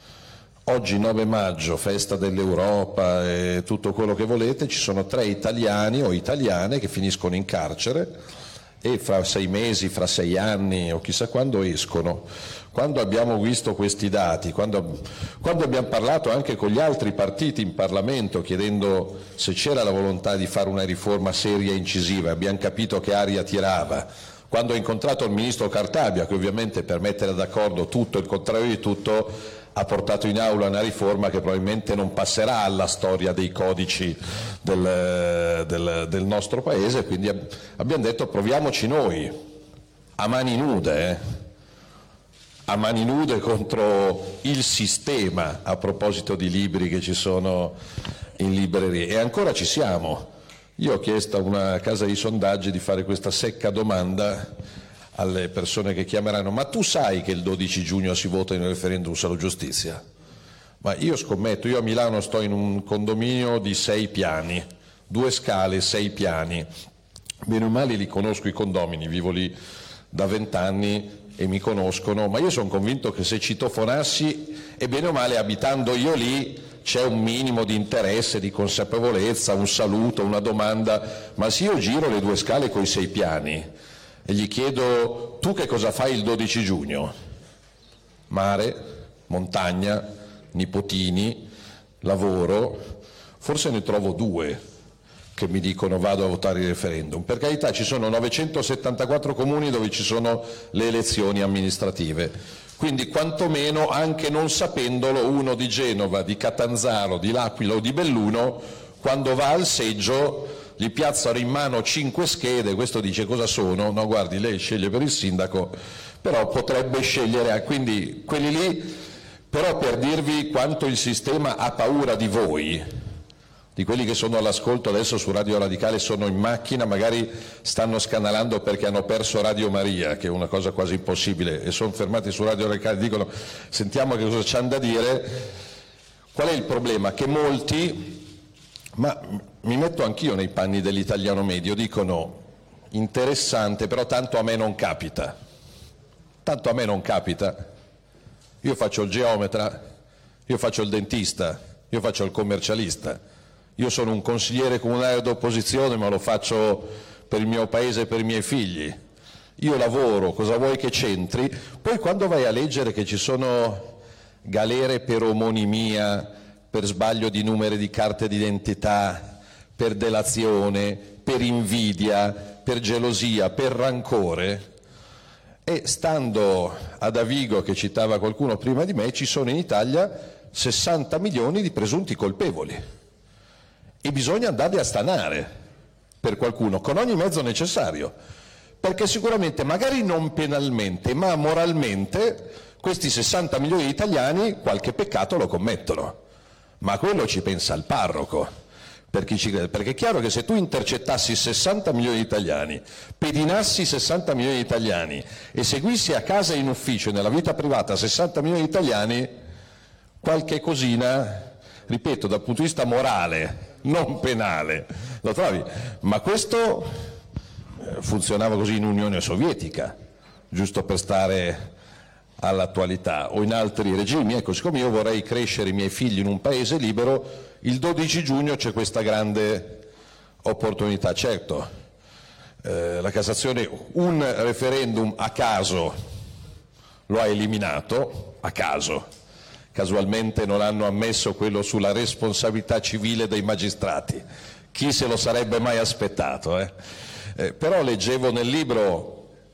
oggi nove maggio, festa dell'Europa e tutto quello che volete, ci sono tre italiani o italiane che finiscono in carcere e fra sei mesi, fra sei anni o chissà quando escono. Quando abbiamo visto questi dati, quando, quando abbiamo parlato anche con gli altri partiti in Parlamento chiedendo se c'era la volontà di fare una riforma seria e incisiva, abbiamo capito che aria tirava. Quando ho incontrato il ministro Cartabia, che ovviamente per mettere d'accordo tutto e il contrario di tutto ha portato in aula una riforma che probabilmente non passerà alla storia dei codici del, del, del nostro Paese, quindi abbiamo detto proviamoci noi, a mani nude, eh? a mani nude contro il sistema, a proposito di libri che ci sono in librerie. E ancora ci siamo. Io ho chiesto a una casa di sondaggi di fare questa secca domanda alle persone che chiameranno: ma tu sai che il dodici giugno si vota in un referendum sulla giustizia? Ma io scommetto, io a Milano sto in un condominio di sei piani, due scale, sei piani. Bene o male li conosco i condomini, vivo lì da vent'anni e mi conoscono, ma io sono convinto che se citofonassi, e bene o male abitando io lì, c'è un minimo di interesse, di consapevolezza, un saluto, una domanda, ma se io giro le due scale coi sei piani e gli chiedo: tu che cosa fai il dodici giugno? Mare, montagna, nipotini, lavoro, forse ne trovo due che mi dicono vado a votare il referendum. Per carità, ci sono novecentosettantaquattro comuni dove ci sono le elezioni amministrative, quindi quantomeno, anche non sapendolo, uno di Genova, di Catanzaro, di L'Aquila o di Belluno, quando va al seggio gli piazzano in mano cinque schede, questo dice cosa sono? No, guardi, lei sceglie per il sindaco, però potrebbe scegliere, quindi quelli lì, però per dirvi quanto il sistema ha paura di voi, di quelli che sono all'ascolto adesso su Radio Radicale, sono in macchina, magari stanno scanalando perché hanno perso Radio Maria, che è una cosa quasi impossibile, e sono fermati su Radio Radicale e dicono sentiamo che cosa c'hanno da dire. Qual è il problema? Che molti, ma mi metto anch'io nei panni dell'italiano medio, dicono interessante, però tanto a me non capita, tanto a me non capita, io faccio il geometra, io faccio il dentista, io faccio il commercialista. Io sono un consigliere comunale d'opposizione, ma lo faccio per il mio paese e per i miei figli. Io lavoro, cosa vuoi che c'entri? Poi quando vai a leggere che ci sono galere per omonimia, per sbaglio di numeri di carte d'identità, per delazione, per invidia, per gelosia, per rancore, e stando a Davigo, che citava qualcuno prima di me, ci sono in Italia sessanta milioni di presunti colpevoli. E bisogna andarli a stanare per qualcuno, con ogni mezzo necessario, perché sicuramente, magari non penalmente, ma moralmente, questi sessanta milioni di italiani qualche peccato lo commettono, ma quello ci pensa il parroco, per chi ci crede, perché è chiaro che se tu intercettassi sessanta milioni di italiani, pedinassi sessanta milioni di italiani e seguissi a casa e in ufficio e nella vita privata sessanta milioni di italiani, qualche cosina, ripeto, dal punto di vista morale, non penale, lo trovi? Ma questo eh, funzionava così in Unione Sovietica, giusto per stare all'attualità, o in altri regimi. Ecco, siccome io vorrei crescere i miei figli in un paese libero, il dodici giugno c'è questa grande opportunità. Certo, eh, la Cassazione un referendum a caso lo ha eliminato, a caso, casualmente non hanno ammesso quello sulla responsabilità civile dei magistrati, chi se lo sarebbe mai aspettato, eh? Eh, però leggevo nel libro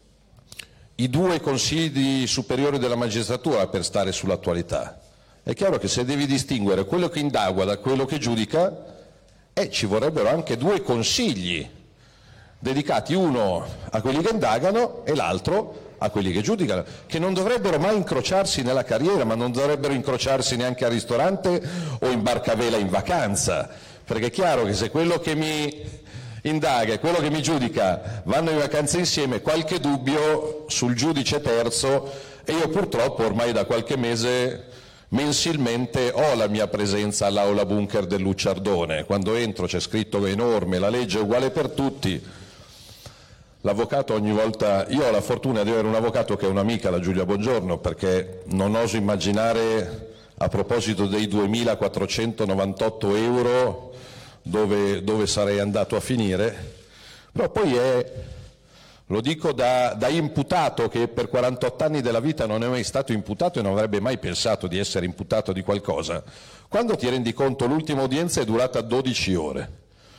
i due consigli superiori della magistratura per stare sull'attualità. È chiaro che se devi distinguere quello che indaga da quello che giudica, eh, ci vorrebbero anche due consigli dedicati, uno a quelli che indagano e l'altro a quelli che giudicano, che non dovrebbero mai incrociarsi nella carriera, ma non dovrebbero incrociarsi neanche al ristorante o in barcavela in vacanza, perché è chiaro che se quello che mi indaga e quello che mi giudica vanno in vacanza insieme, qualche dubbio sul giudice terzo, e io purtroppo ormai da qualche mese mensilmente ho la mia presenza all'aula bunker del Lucciardone. Quando entro c'è scritto che è enorme, la legge è uguale per tutti. L'avvocato ogni volta, io ho la fortuna di avere un avvocato che è un'amica, la Giulia Bongiorno, perché non oso immaginare, a proposito dei duemilaquattrocentonovantotto euro, dove, dove sarei andato a finire, però poi è, lo dico da, da imputato che per quarantotto anni della vita non è mai stato imputato e non avrebbe mai pensato di essere imputato di qualcosa, quando ti rendi conto l'ultima udienza è durata dodici ore,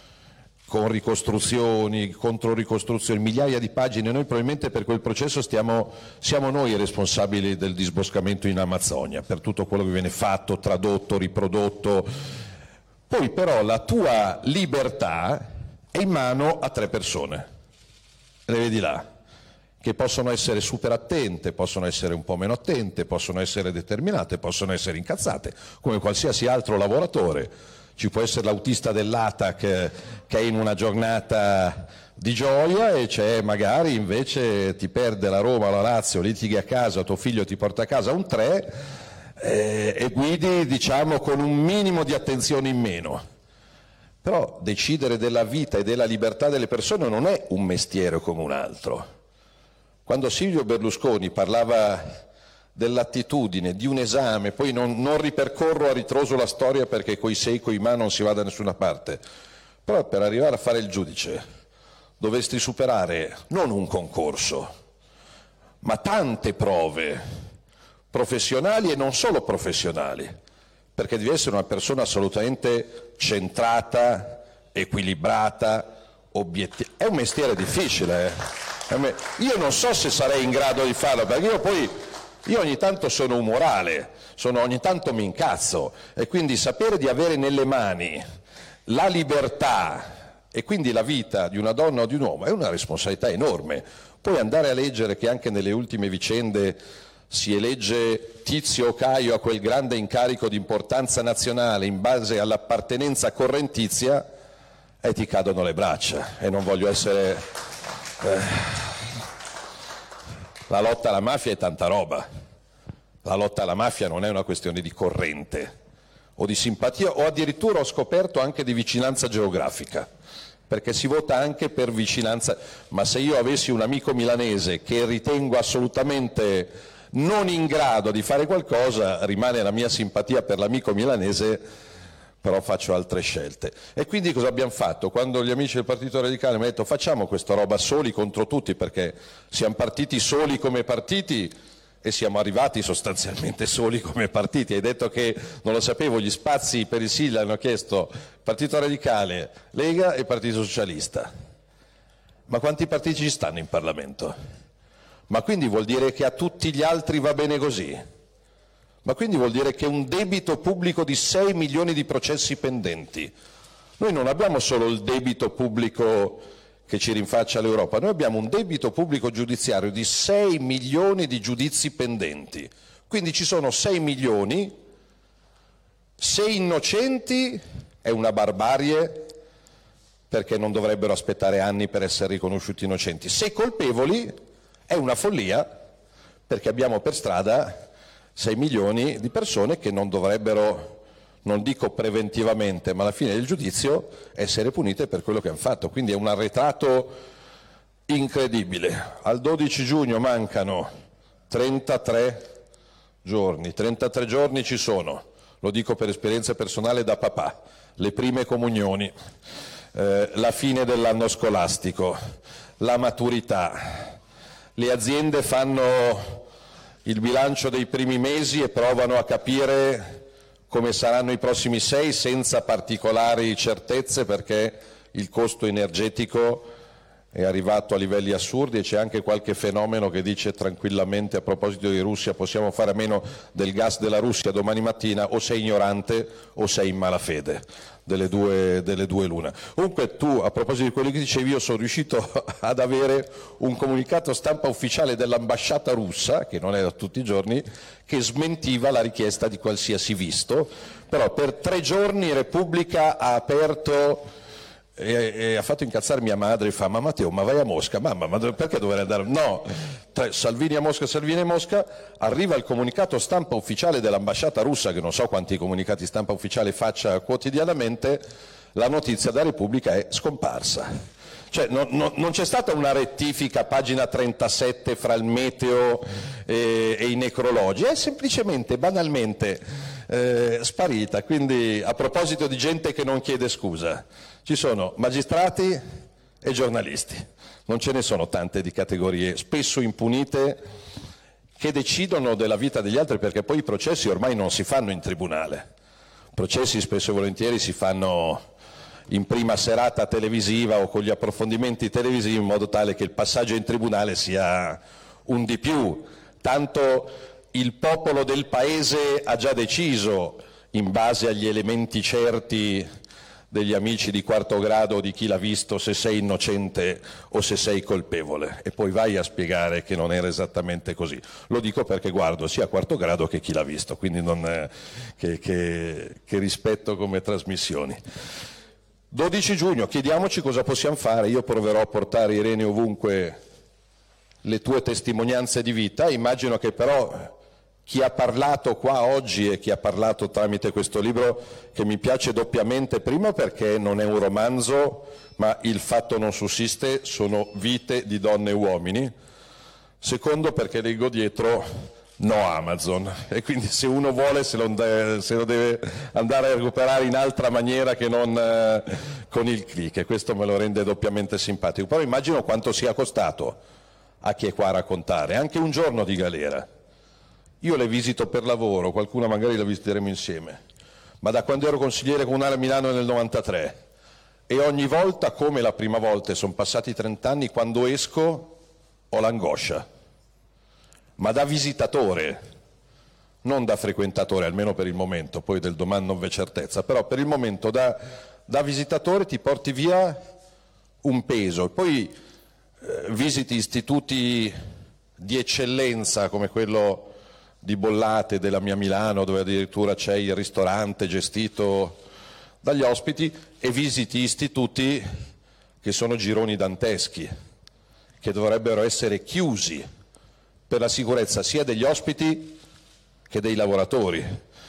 con ricostruzioni, controricostruzioni, migliaia di pagine. Noi probabilmente per quel processo stiamo, siamo noi i responsabili del disboscamento in Amazzonia, per tutto quello che viene fatto, tradotto, riprodotto. Poi però la tua libertà è in mano a tre persone, le vedi là, che possono essere super attente, possono essere un po' meno attente, possono essere determinate, possono essere incazzate, come qualsiasi altro lavoratore. Ci può essere l'autista dell'A T A C che è in una giornata di gioia e c'è magari invece ti perde la Roma o la Lazio, litighi a casa, tuo figlio ti porta a casa un tre eh, e guidi, diciamo, con un minimo di attenzione in meno. Però decidere della vita e della libertà delle persone non è un mestiere come un altro. Quando Silvio Berlusconi parlava dell'attitudine, di un esame, poi non, non ripercorro a ritroso la storia perché coi sei, coi ma non si va da nessuna parte, però per arrivare a fare il giudice dovresti superare non un concorso, ma tante prove professionali e non solo professionali, perché devi essere una persona assolutamente centrata, equilibrata, obiettiva. È un mestiere difficile, eh? me... Io non so se sarei in grado di farlo, perché io poi Io ogni tanto sono umorale, sono, ogni tanto mi incazzo, e quindi sapere di avere nelle mani la libertà e quindi la vita di una donna o di un uomo è una responsabilità enorme. Poi andare a leggere che anche nelle ultime vicende si elegge Tizio o Caio a quel grande incarico di importanza nazionale in base all'appartenenza correntizia, e ti cadono le braccia, e non voglio essere... Eh... La lotta alla mafia è tanta roba, la lotta alla mafia non è una questione di corrente o di simpatia o addirittura ho scoperto anche di vicinanza geografica, perché si vota anche per vicinanza, ma se io avessi un amico milanese che ritengo assolutamente non in grado di fare qualcosa, rimane la mia simpatia per l'amico milanese, però faccio altre scelte. E quindi cosa abbiamo fatto? Quando gli amici del Partito Radicale mi hanno detto facciamo questa roba soli contro tutti, perché siamo partiti soli come partiti e siamo arrivati sostanzialmente soli come partiti. Hai detto che, non lo sapevo, gli spazi per il sì l'hanno chiesto Partito Radicale, Lega e Partito Socialista. Ma quanti partiti ci stanno in Parlamento? Ma quindi vuol dire che a tutti gli altri va bene così? Ma quindi vuol dire che un debito pubblico di sei milioni di processi pendenti. Noi non abbiamo solo il debito pubblico che ci rinfaccia l'Europa, noi abbiamo un debito pubblico giudiziario di sei milioni di giudizi pendenti. Quindi ci sono sei milioni, se innocenti è una barbarie perché non dovrebbero aspettare anni per essere riconosciuti innocenti. Se colpevoli è una follia, perché abbiamo per strada sei milioni di persone che non dovrebbero, non dico preventivamente, ma alla fine del giudizio essere punite per quello che hanno fatto. Quindi è un arretrato incredibile. Al dodici giugno mancano trentatré giorni, trentatré giorni ci sono, lo dico per esperienza personale da papà, le prime comunioni, eh, la fine dell'anno scolastico, la maturità. Le aziende fanno il bilancio dei primi mesi e provano a capire come saranno i prossimi sei senza particolari certezze, perché il costo energetico è arrivato a livelli assurdi e c'è anche qualche fenomeno che dice tranquillamente, a proposito di Russia, possiamo fare a meno del gas della Russia domani mattina, o sei ignorante o sei in malafede, delle due, delle due l'una. Comunque tu, a proposito di quello che dicevi, io sono riuscito ad avere un comunicato stampa ufficiale dell'ambasciata russa, che non è da tutti i giorni, che smentiva la richiesta di qualsiasi visto, però per tre giorni Repubblica ha aperto E, e ha fatto incazzare mia madre e fa: ma Matteo, ma vai a Mosca? Mamma, ma perché dovrei andare? No, tra Salvini a Mosca, Salvini a Mosca, arriva il comunicato stampa ufficiale dell'ambasciata russa, che non so quanti comunicati stampa ufficiale faccia quotidianamente, la notizia da Repubblica è scomparsa. Cioè non, non, non c'è stata una rettifica, pagina trentasette, fra il meteo e, e i necrologi, è semplicemente, banalmente eh, sparita. Quindi, a proposito di gente che non chiede scusa, ci sono magistrati e giornalisti, non ce ne sono tante di categorie, spesso impunite, che decidono della vita degli altri, perché poi i processi ormai non si fanno in tribunale, i processi spesso e volentieri si fanno in prima serata televisiva o con gli approfondimenti televisivi, in modo tale che il passaggio in tribunale sia un di più, tanto il popolo del paese ha già deciso, in base agli elementi certi degli amici di quarto grado o di chi l'ha visto, se sei innocente o se sei colpevole, e poi vai a spiegare che non era esattamente così. Lo dico perché guardo sia quarto grado che chi l'ha visto, quindi non è, che, che, che rispetto come trasmissioni. dodici giugno, chiediamoci cosa possiamo fare. Io proverò a portare, Irene, ovunque le tue testimonianze di vita. Immagino che però chi ha parlato qua oggi e chi ha parlato tramite questo libro, che mi piace doppiamente, prima perché non è un romanzo, ma il fatto non sussiste, sono vite di donne e uomini, secondo perché leggo dietro no Amazon, e quindi se uno vuole se lo, de- se lo deve andare a recuperare in altra maniera che non eh, con il click, e questo me lo rende doppiamente simpatico. Però immagino quanto sia costato a chi è qua a raccontare, anche un giorno di galera. Io le visito per lavoro, qualcuna magari la visiteremo insieme, ma da quando ero consigliere comunale a Milano nel novantatré, e ogni volta come la prima volta, sono passati trent'anni, quando esco ho l'angoscia, ma da visitatore, non da frequentatore, almeno per il momento, poi del domani non v'è certezza, però per il momento da, da visitatore ti porti via un peso. Poi eh, visiti istituti di eccellenza come quello di Bollate della mia Milano, dove addirittura c'è il ristorante gestito dagli ospiti, e visiti istituti che sono gironi danteschi, che dovrebbero essere chiusi per la sicurezza sia degli ospiti che dei lavoratori,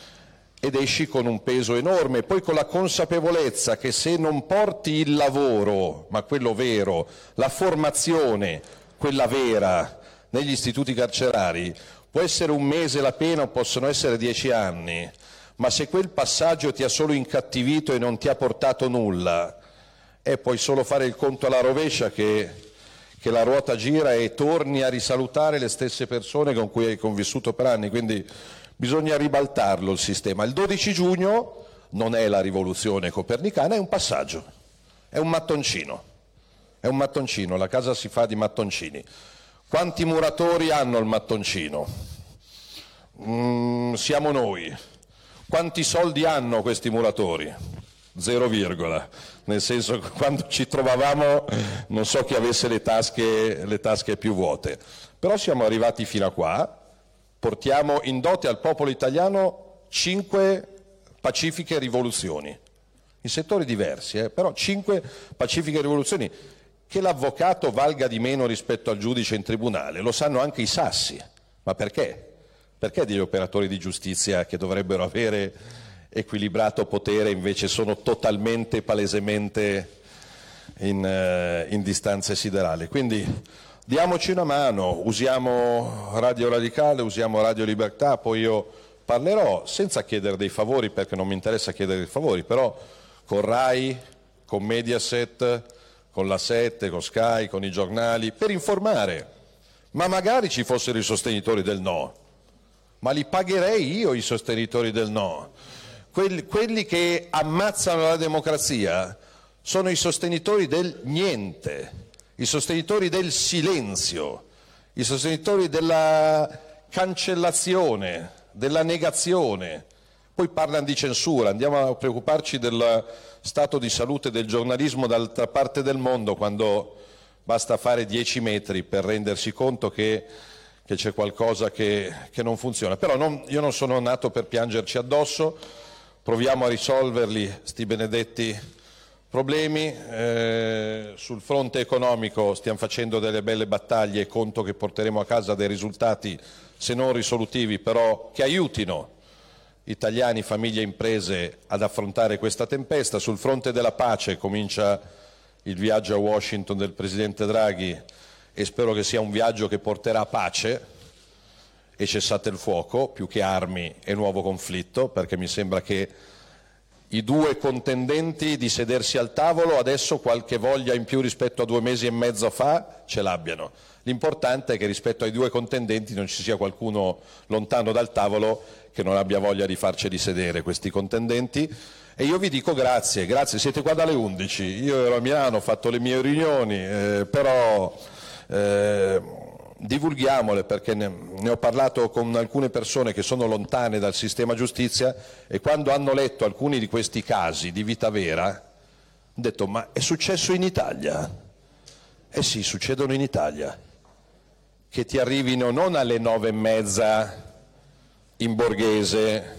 ed esci con un peso enorme, poi con la consapevolezza che se non porti il lavoro, ma quello vero, la formazione, quella vera, negli istituti carcerari, può essere un mese la pena o possono essere dieci anni, ma se quel passaggio ti ha solo incattivito e non ti ha portato nulla, e puoi solo fare il conto alla rovescia che, che la ruota gira e torni a risalutare le stesse persone con cui hai convissuto per anni. Quindi bisogna ribaltarlo il sistema. Il dodici giugno non è la rivoluzione copernicana, è un passaggio, è un mattoncino, è un mattoncino, la casa si fa di mattoncini. Quanti muratori hanno il mattoncino? Mm, siamo noi. Quanti soldi hanno questi muratori? Zero virgola. Nel senso che quando ci trovavamo non so chi avesse le tasche, le tasche più vuote. Però siamo arrivati fino a qua, portiamo in dote al popolo italiano cinque pacifiche rivoluzioni. in settori diversi, eh, però cinque pacifiche rivoluzioni. Che l'avvocato valga di meno rispetto al giudice in tribunale, lo sanno anche i sassi. Ma perché? Perché degli operatori di giustizia che dovrebbero avere equilibrato potere invece sono totalmente, palesemente in, eh, in distanze siderali? Quindi diamoci una mano, usiamo Radio Radicale, usiamo Radio Libertà, poi io parlerò senza chiedere dei favori, perché non mi interessa chiedere dei favori, però con Rai, con Mediaset, con la sette, con Sky, con i giornali, per informare. Ma magari ci fossero i sostenitori del no, ma li pagherei io i sostenitori del no. Quelli, quelli che ammazzano la democrazia sono i sostenitori del niente, i sostenitori del silenzio, i sostenitori della cancellazione, della negazione. Poi parlano di censura, andiamo a preoccuparci del stato di salute del giornalismo dall'altra parte del mondo, quando basta fare dieci metri per rendersi conto che, che c'è qualcosa che, che non funziona. Però non, io non sono nato per piangerci addosso, proviamo a risolverli, sti benedetti problemi. Eh, sul fronte economico stiamo facendo delle belle battaglie e conto che porteremo a casa dei risultati, se non risolutivi, però che aiutino italiani, famiglie e imprese ad affrontare questa tempesta. Sul fronte della pace comincia il viaggio a Washington del Presidente Draghi e spero che sia un viaggio che porterà pace e cessate il fuoco, più che armi e nuovo conflitto, perché mi sembra che i due contendenti di sedersi al tavolo adesso qualche voglia in più rispetto a due mesi e mezzo fa ce l'abbiano. L'importante è che rispetto ai due contendenti non ci sia qualcuno lontano dal tavolo che non abbia voglia di farceli sedere questi contendenti. E io vi dico grazie, grazie, siete qua dalle undici, io ero a Milano, ho fatto le mie riunioni, eh, però eh, divulghiamole, perché ne, ne ho parlato con alcune persone che sono lontane dal sistema giustizia e quando hanno letto alcuni di questi casi di vita vera hanno detto: ma è successo in Italia? Eh sì, succedono in Italia, che ti arrivino non alle nove e mezza in Borghese,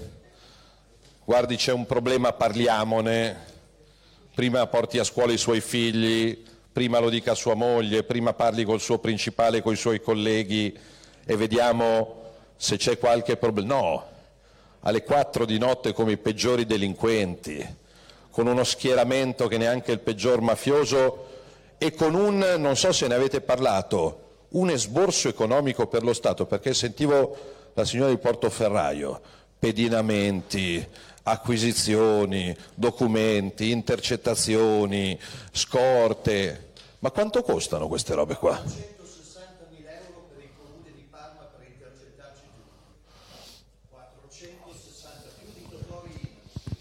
guardi c'è un problema, parliamone, prima porti a scuola i suoi figli, prima lo dica a sua moglie, prima parli col suo principale, coi suoi colleghi e vediamo se c'è qualche problema. No, alle quattro di notte come i peggiori delinquenti, con uno schieramento che neanche il peggior mafioso e con un, non so se ne avete parlato, un esborso economico per lo Stato, perché sentivo la signora di Portoferraio, pedinamenti, acquisizioni, documenti, intercettazioni, scorte. Ma quanto costano queste robe qua? quattrocentosessantamila euro per il comune di Parma per intercettarci tutti. quattrocentosessanta più di Totori.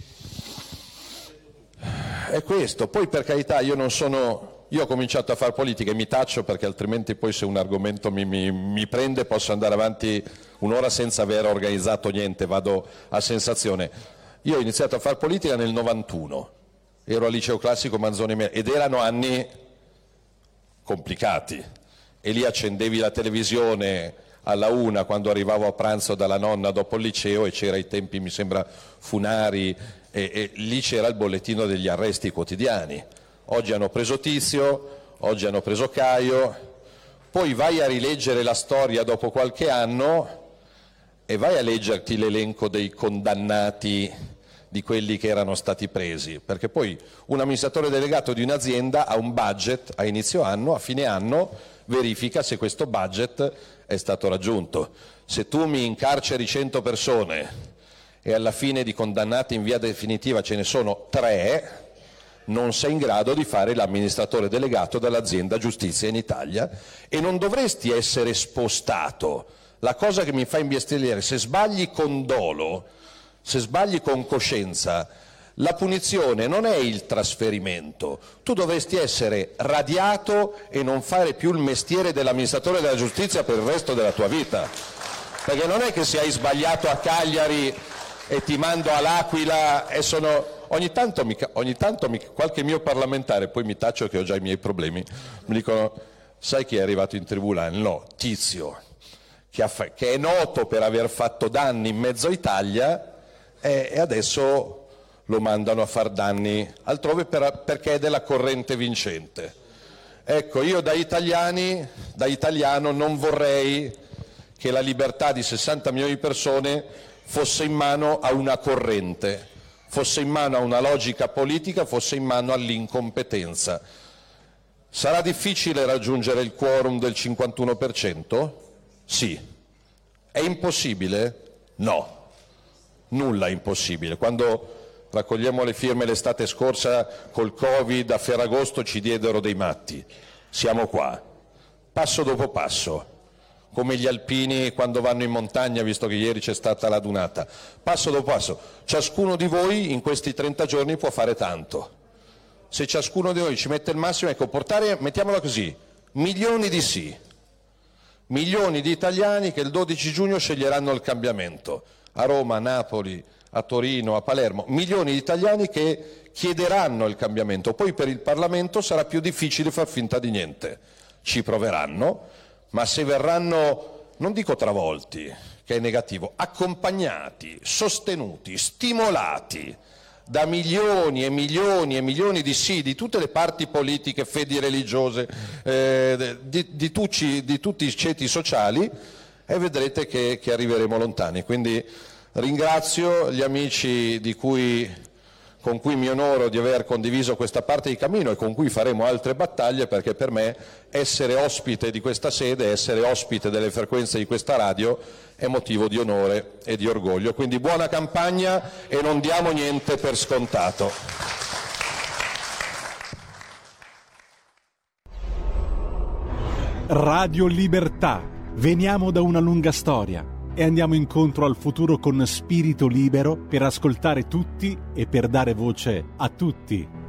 È questo. Poi per carità io non sono... Io ho cominciato a fare politica e mi taccio, perché altrimenti poi se un argomento mi, mi, mi prende posso andare avanti un'ora senza aver organizzato niente, vado a sensazione. Io ho iniziato a fare politica nel novantuno, ero al liceo classico Manzoni ed erano anni complicati e lì accendevi la televisione alla una quando arrivavo a pranzo dalla nonna dopo il liceo e c'era ai tempi mi sembra Funari e, e lì c'era il bollettino degli arresti quotidiani. Oggi hanno preso Tizio, oggi hanno preso Caio, poi vai a rileggere la storia dopo qualche anno e vai a leggerti l'elenco dei condannati di quelli che erano stati presi, perché poi un amministratore delegato di un'azienda ha un budget a inizio anno, a fine anno verifica se questo budget è stato raggiunto. Se tu mi incarceri cento persone e alla fine di condannati in via definitiva ce ne sono tre, non sei in grado di fare l'amministratore delegato dell'azienda giustizia in Italia e non dovresti essere spostato. La cosa che mi fa imbestialire, se sbagli con dolo, se sbagli con coscienza, la punizione non è il trasferimento. Tu dovresti essere radiato e non fare più il mestiere dell'amministratore della giustizia per il resto della tua vita. Perché non è che se hai sbagliato a Cagliari e ti mando all'Aquila e sono... Ogni tanto, mi, ogni tanto mi, qualche mio parlamentare, poi mi taccio che ho già i miei problemi, mi dicono: sai chi è arrivato in tribunale? No, Tizio, che, ha, che è noto per aver fatto danni in mezzo a Italia e, e adesso lo mandano a far danni altrove per, perché è della corrente vincente. Ecco, io da italiani, da italiano non vorrei che la libertà di sessanta milioni di persone fosse in mano a una corrente, fosse in mano a una logica politica, fosse in mano all'incompetenza. Sarà difficile raggiungere il quorum del cinquantuno per cento? Sì. È impossibile? No. Nulla è impossibile. Quando raccogliamo le firme l'estate scorsa col Covid a Ferragosto ci diedero dei matti. Siamo qua, passo dopo passo, come gli alpini quando vanno in montagna, visto che ieri c'è stata la dunata. Passo dopo passo. Ciascuno di voi in questi trenta giorni può fare tanto. Se ciascuno di noi ci mette il massimo, ecco, portare, mettiamola così, milioni di sì. Milioni di italiani che il dodici giugno sceglieranno il cambiamento. A Roma, a Napoli, a Torino, a Palermo, milioni di italiani che chiederanno il cambiamento. Poi per il Parlamento sarà più difficile far finta di niente. Ci proveranno, ma se verranno, non dico travolti, che è negativo, accompagnati, sostenuti, stimolati da milioni e milioni e milioni di sì, di tutte le parti politiche, fedi religiose, eh, di, di, tutti, di tutti i ceti sociali, e vedrete che, che arriveremo lontani. Quindi ringrazio gli amici di cui, con cui mi onoro di aver condiviso questa parte di cammino e con cui faremo altre battaglie, perché per me essere ospite di questa sede, essere ospite delle frequenze di questa radio è motivo di onore e di orgoglio. Quindi buona campagna e non diamo niente per scontato. Radio Libertà. Veniamo da una lunga storia e andiamo incontro al futuro con spirito libero per ascoltare tutti e per dare voce a tutti.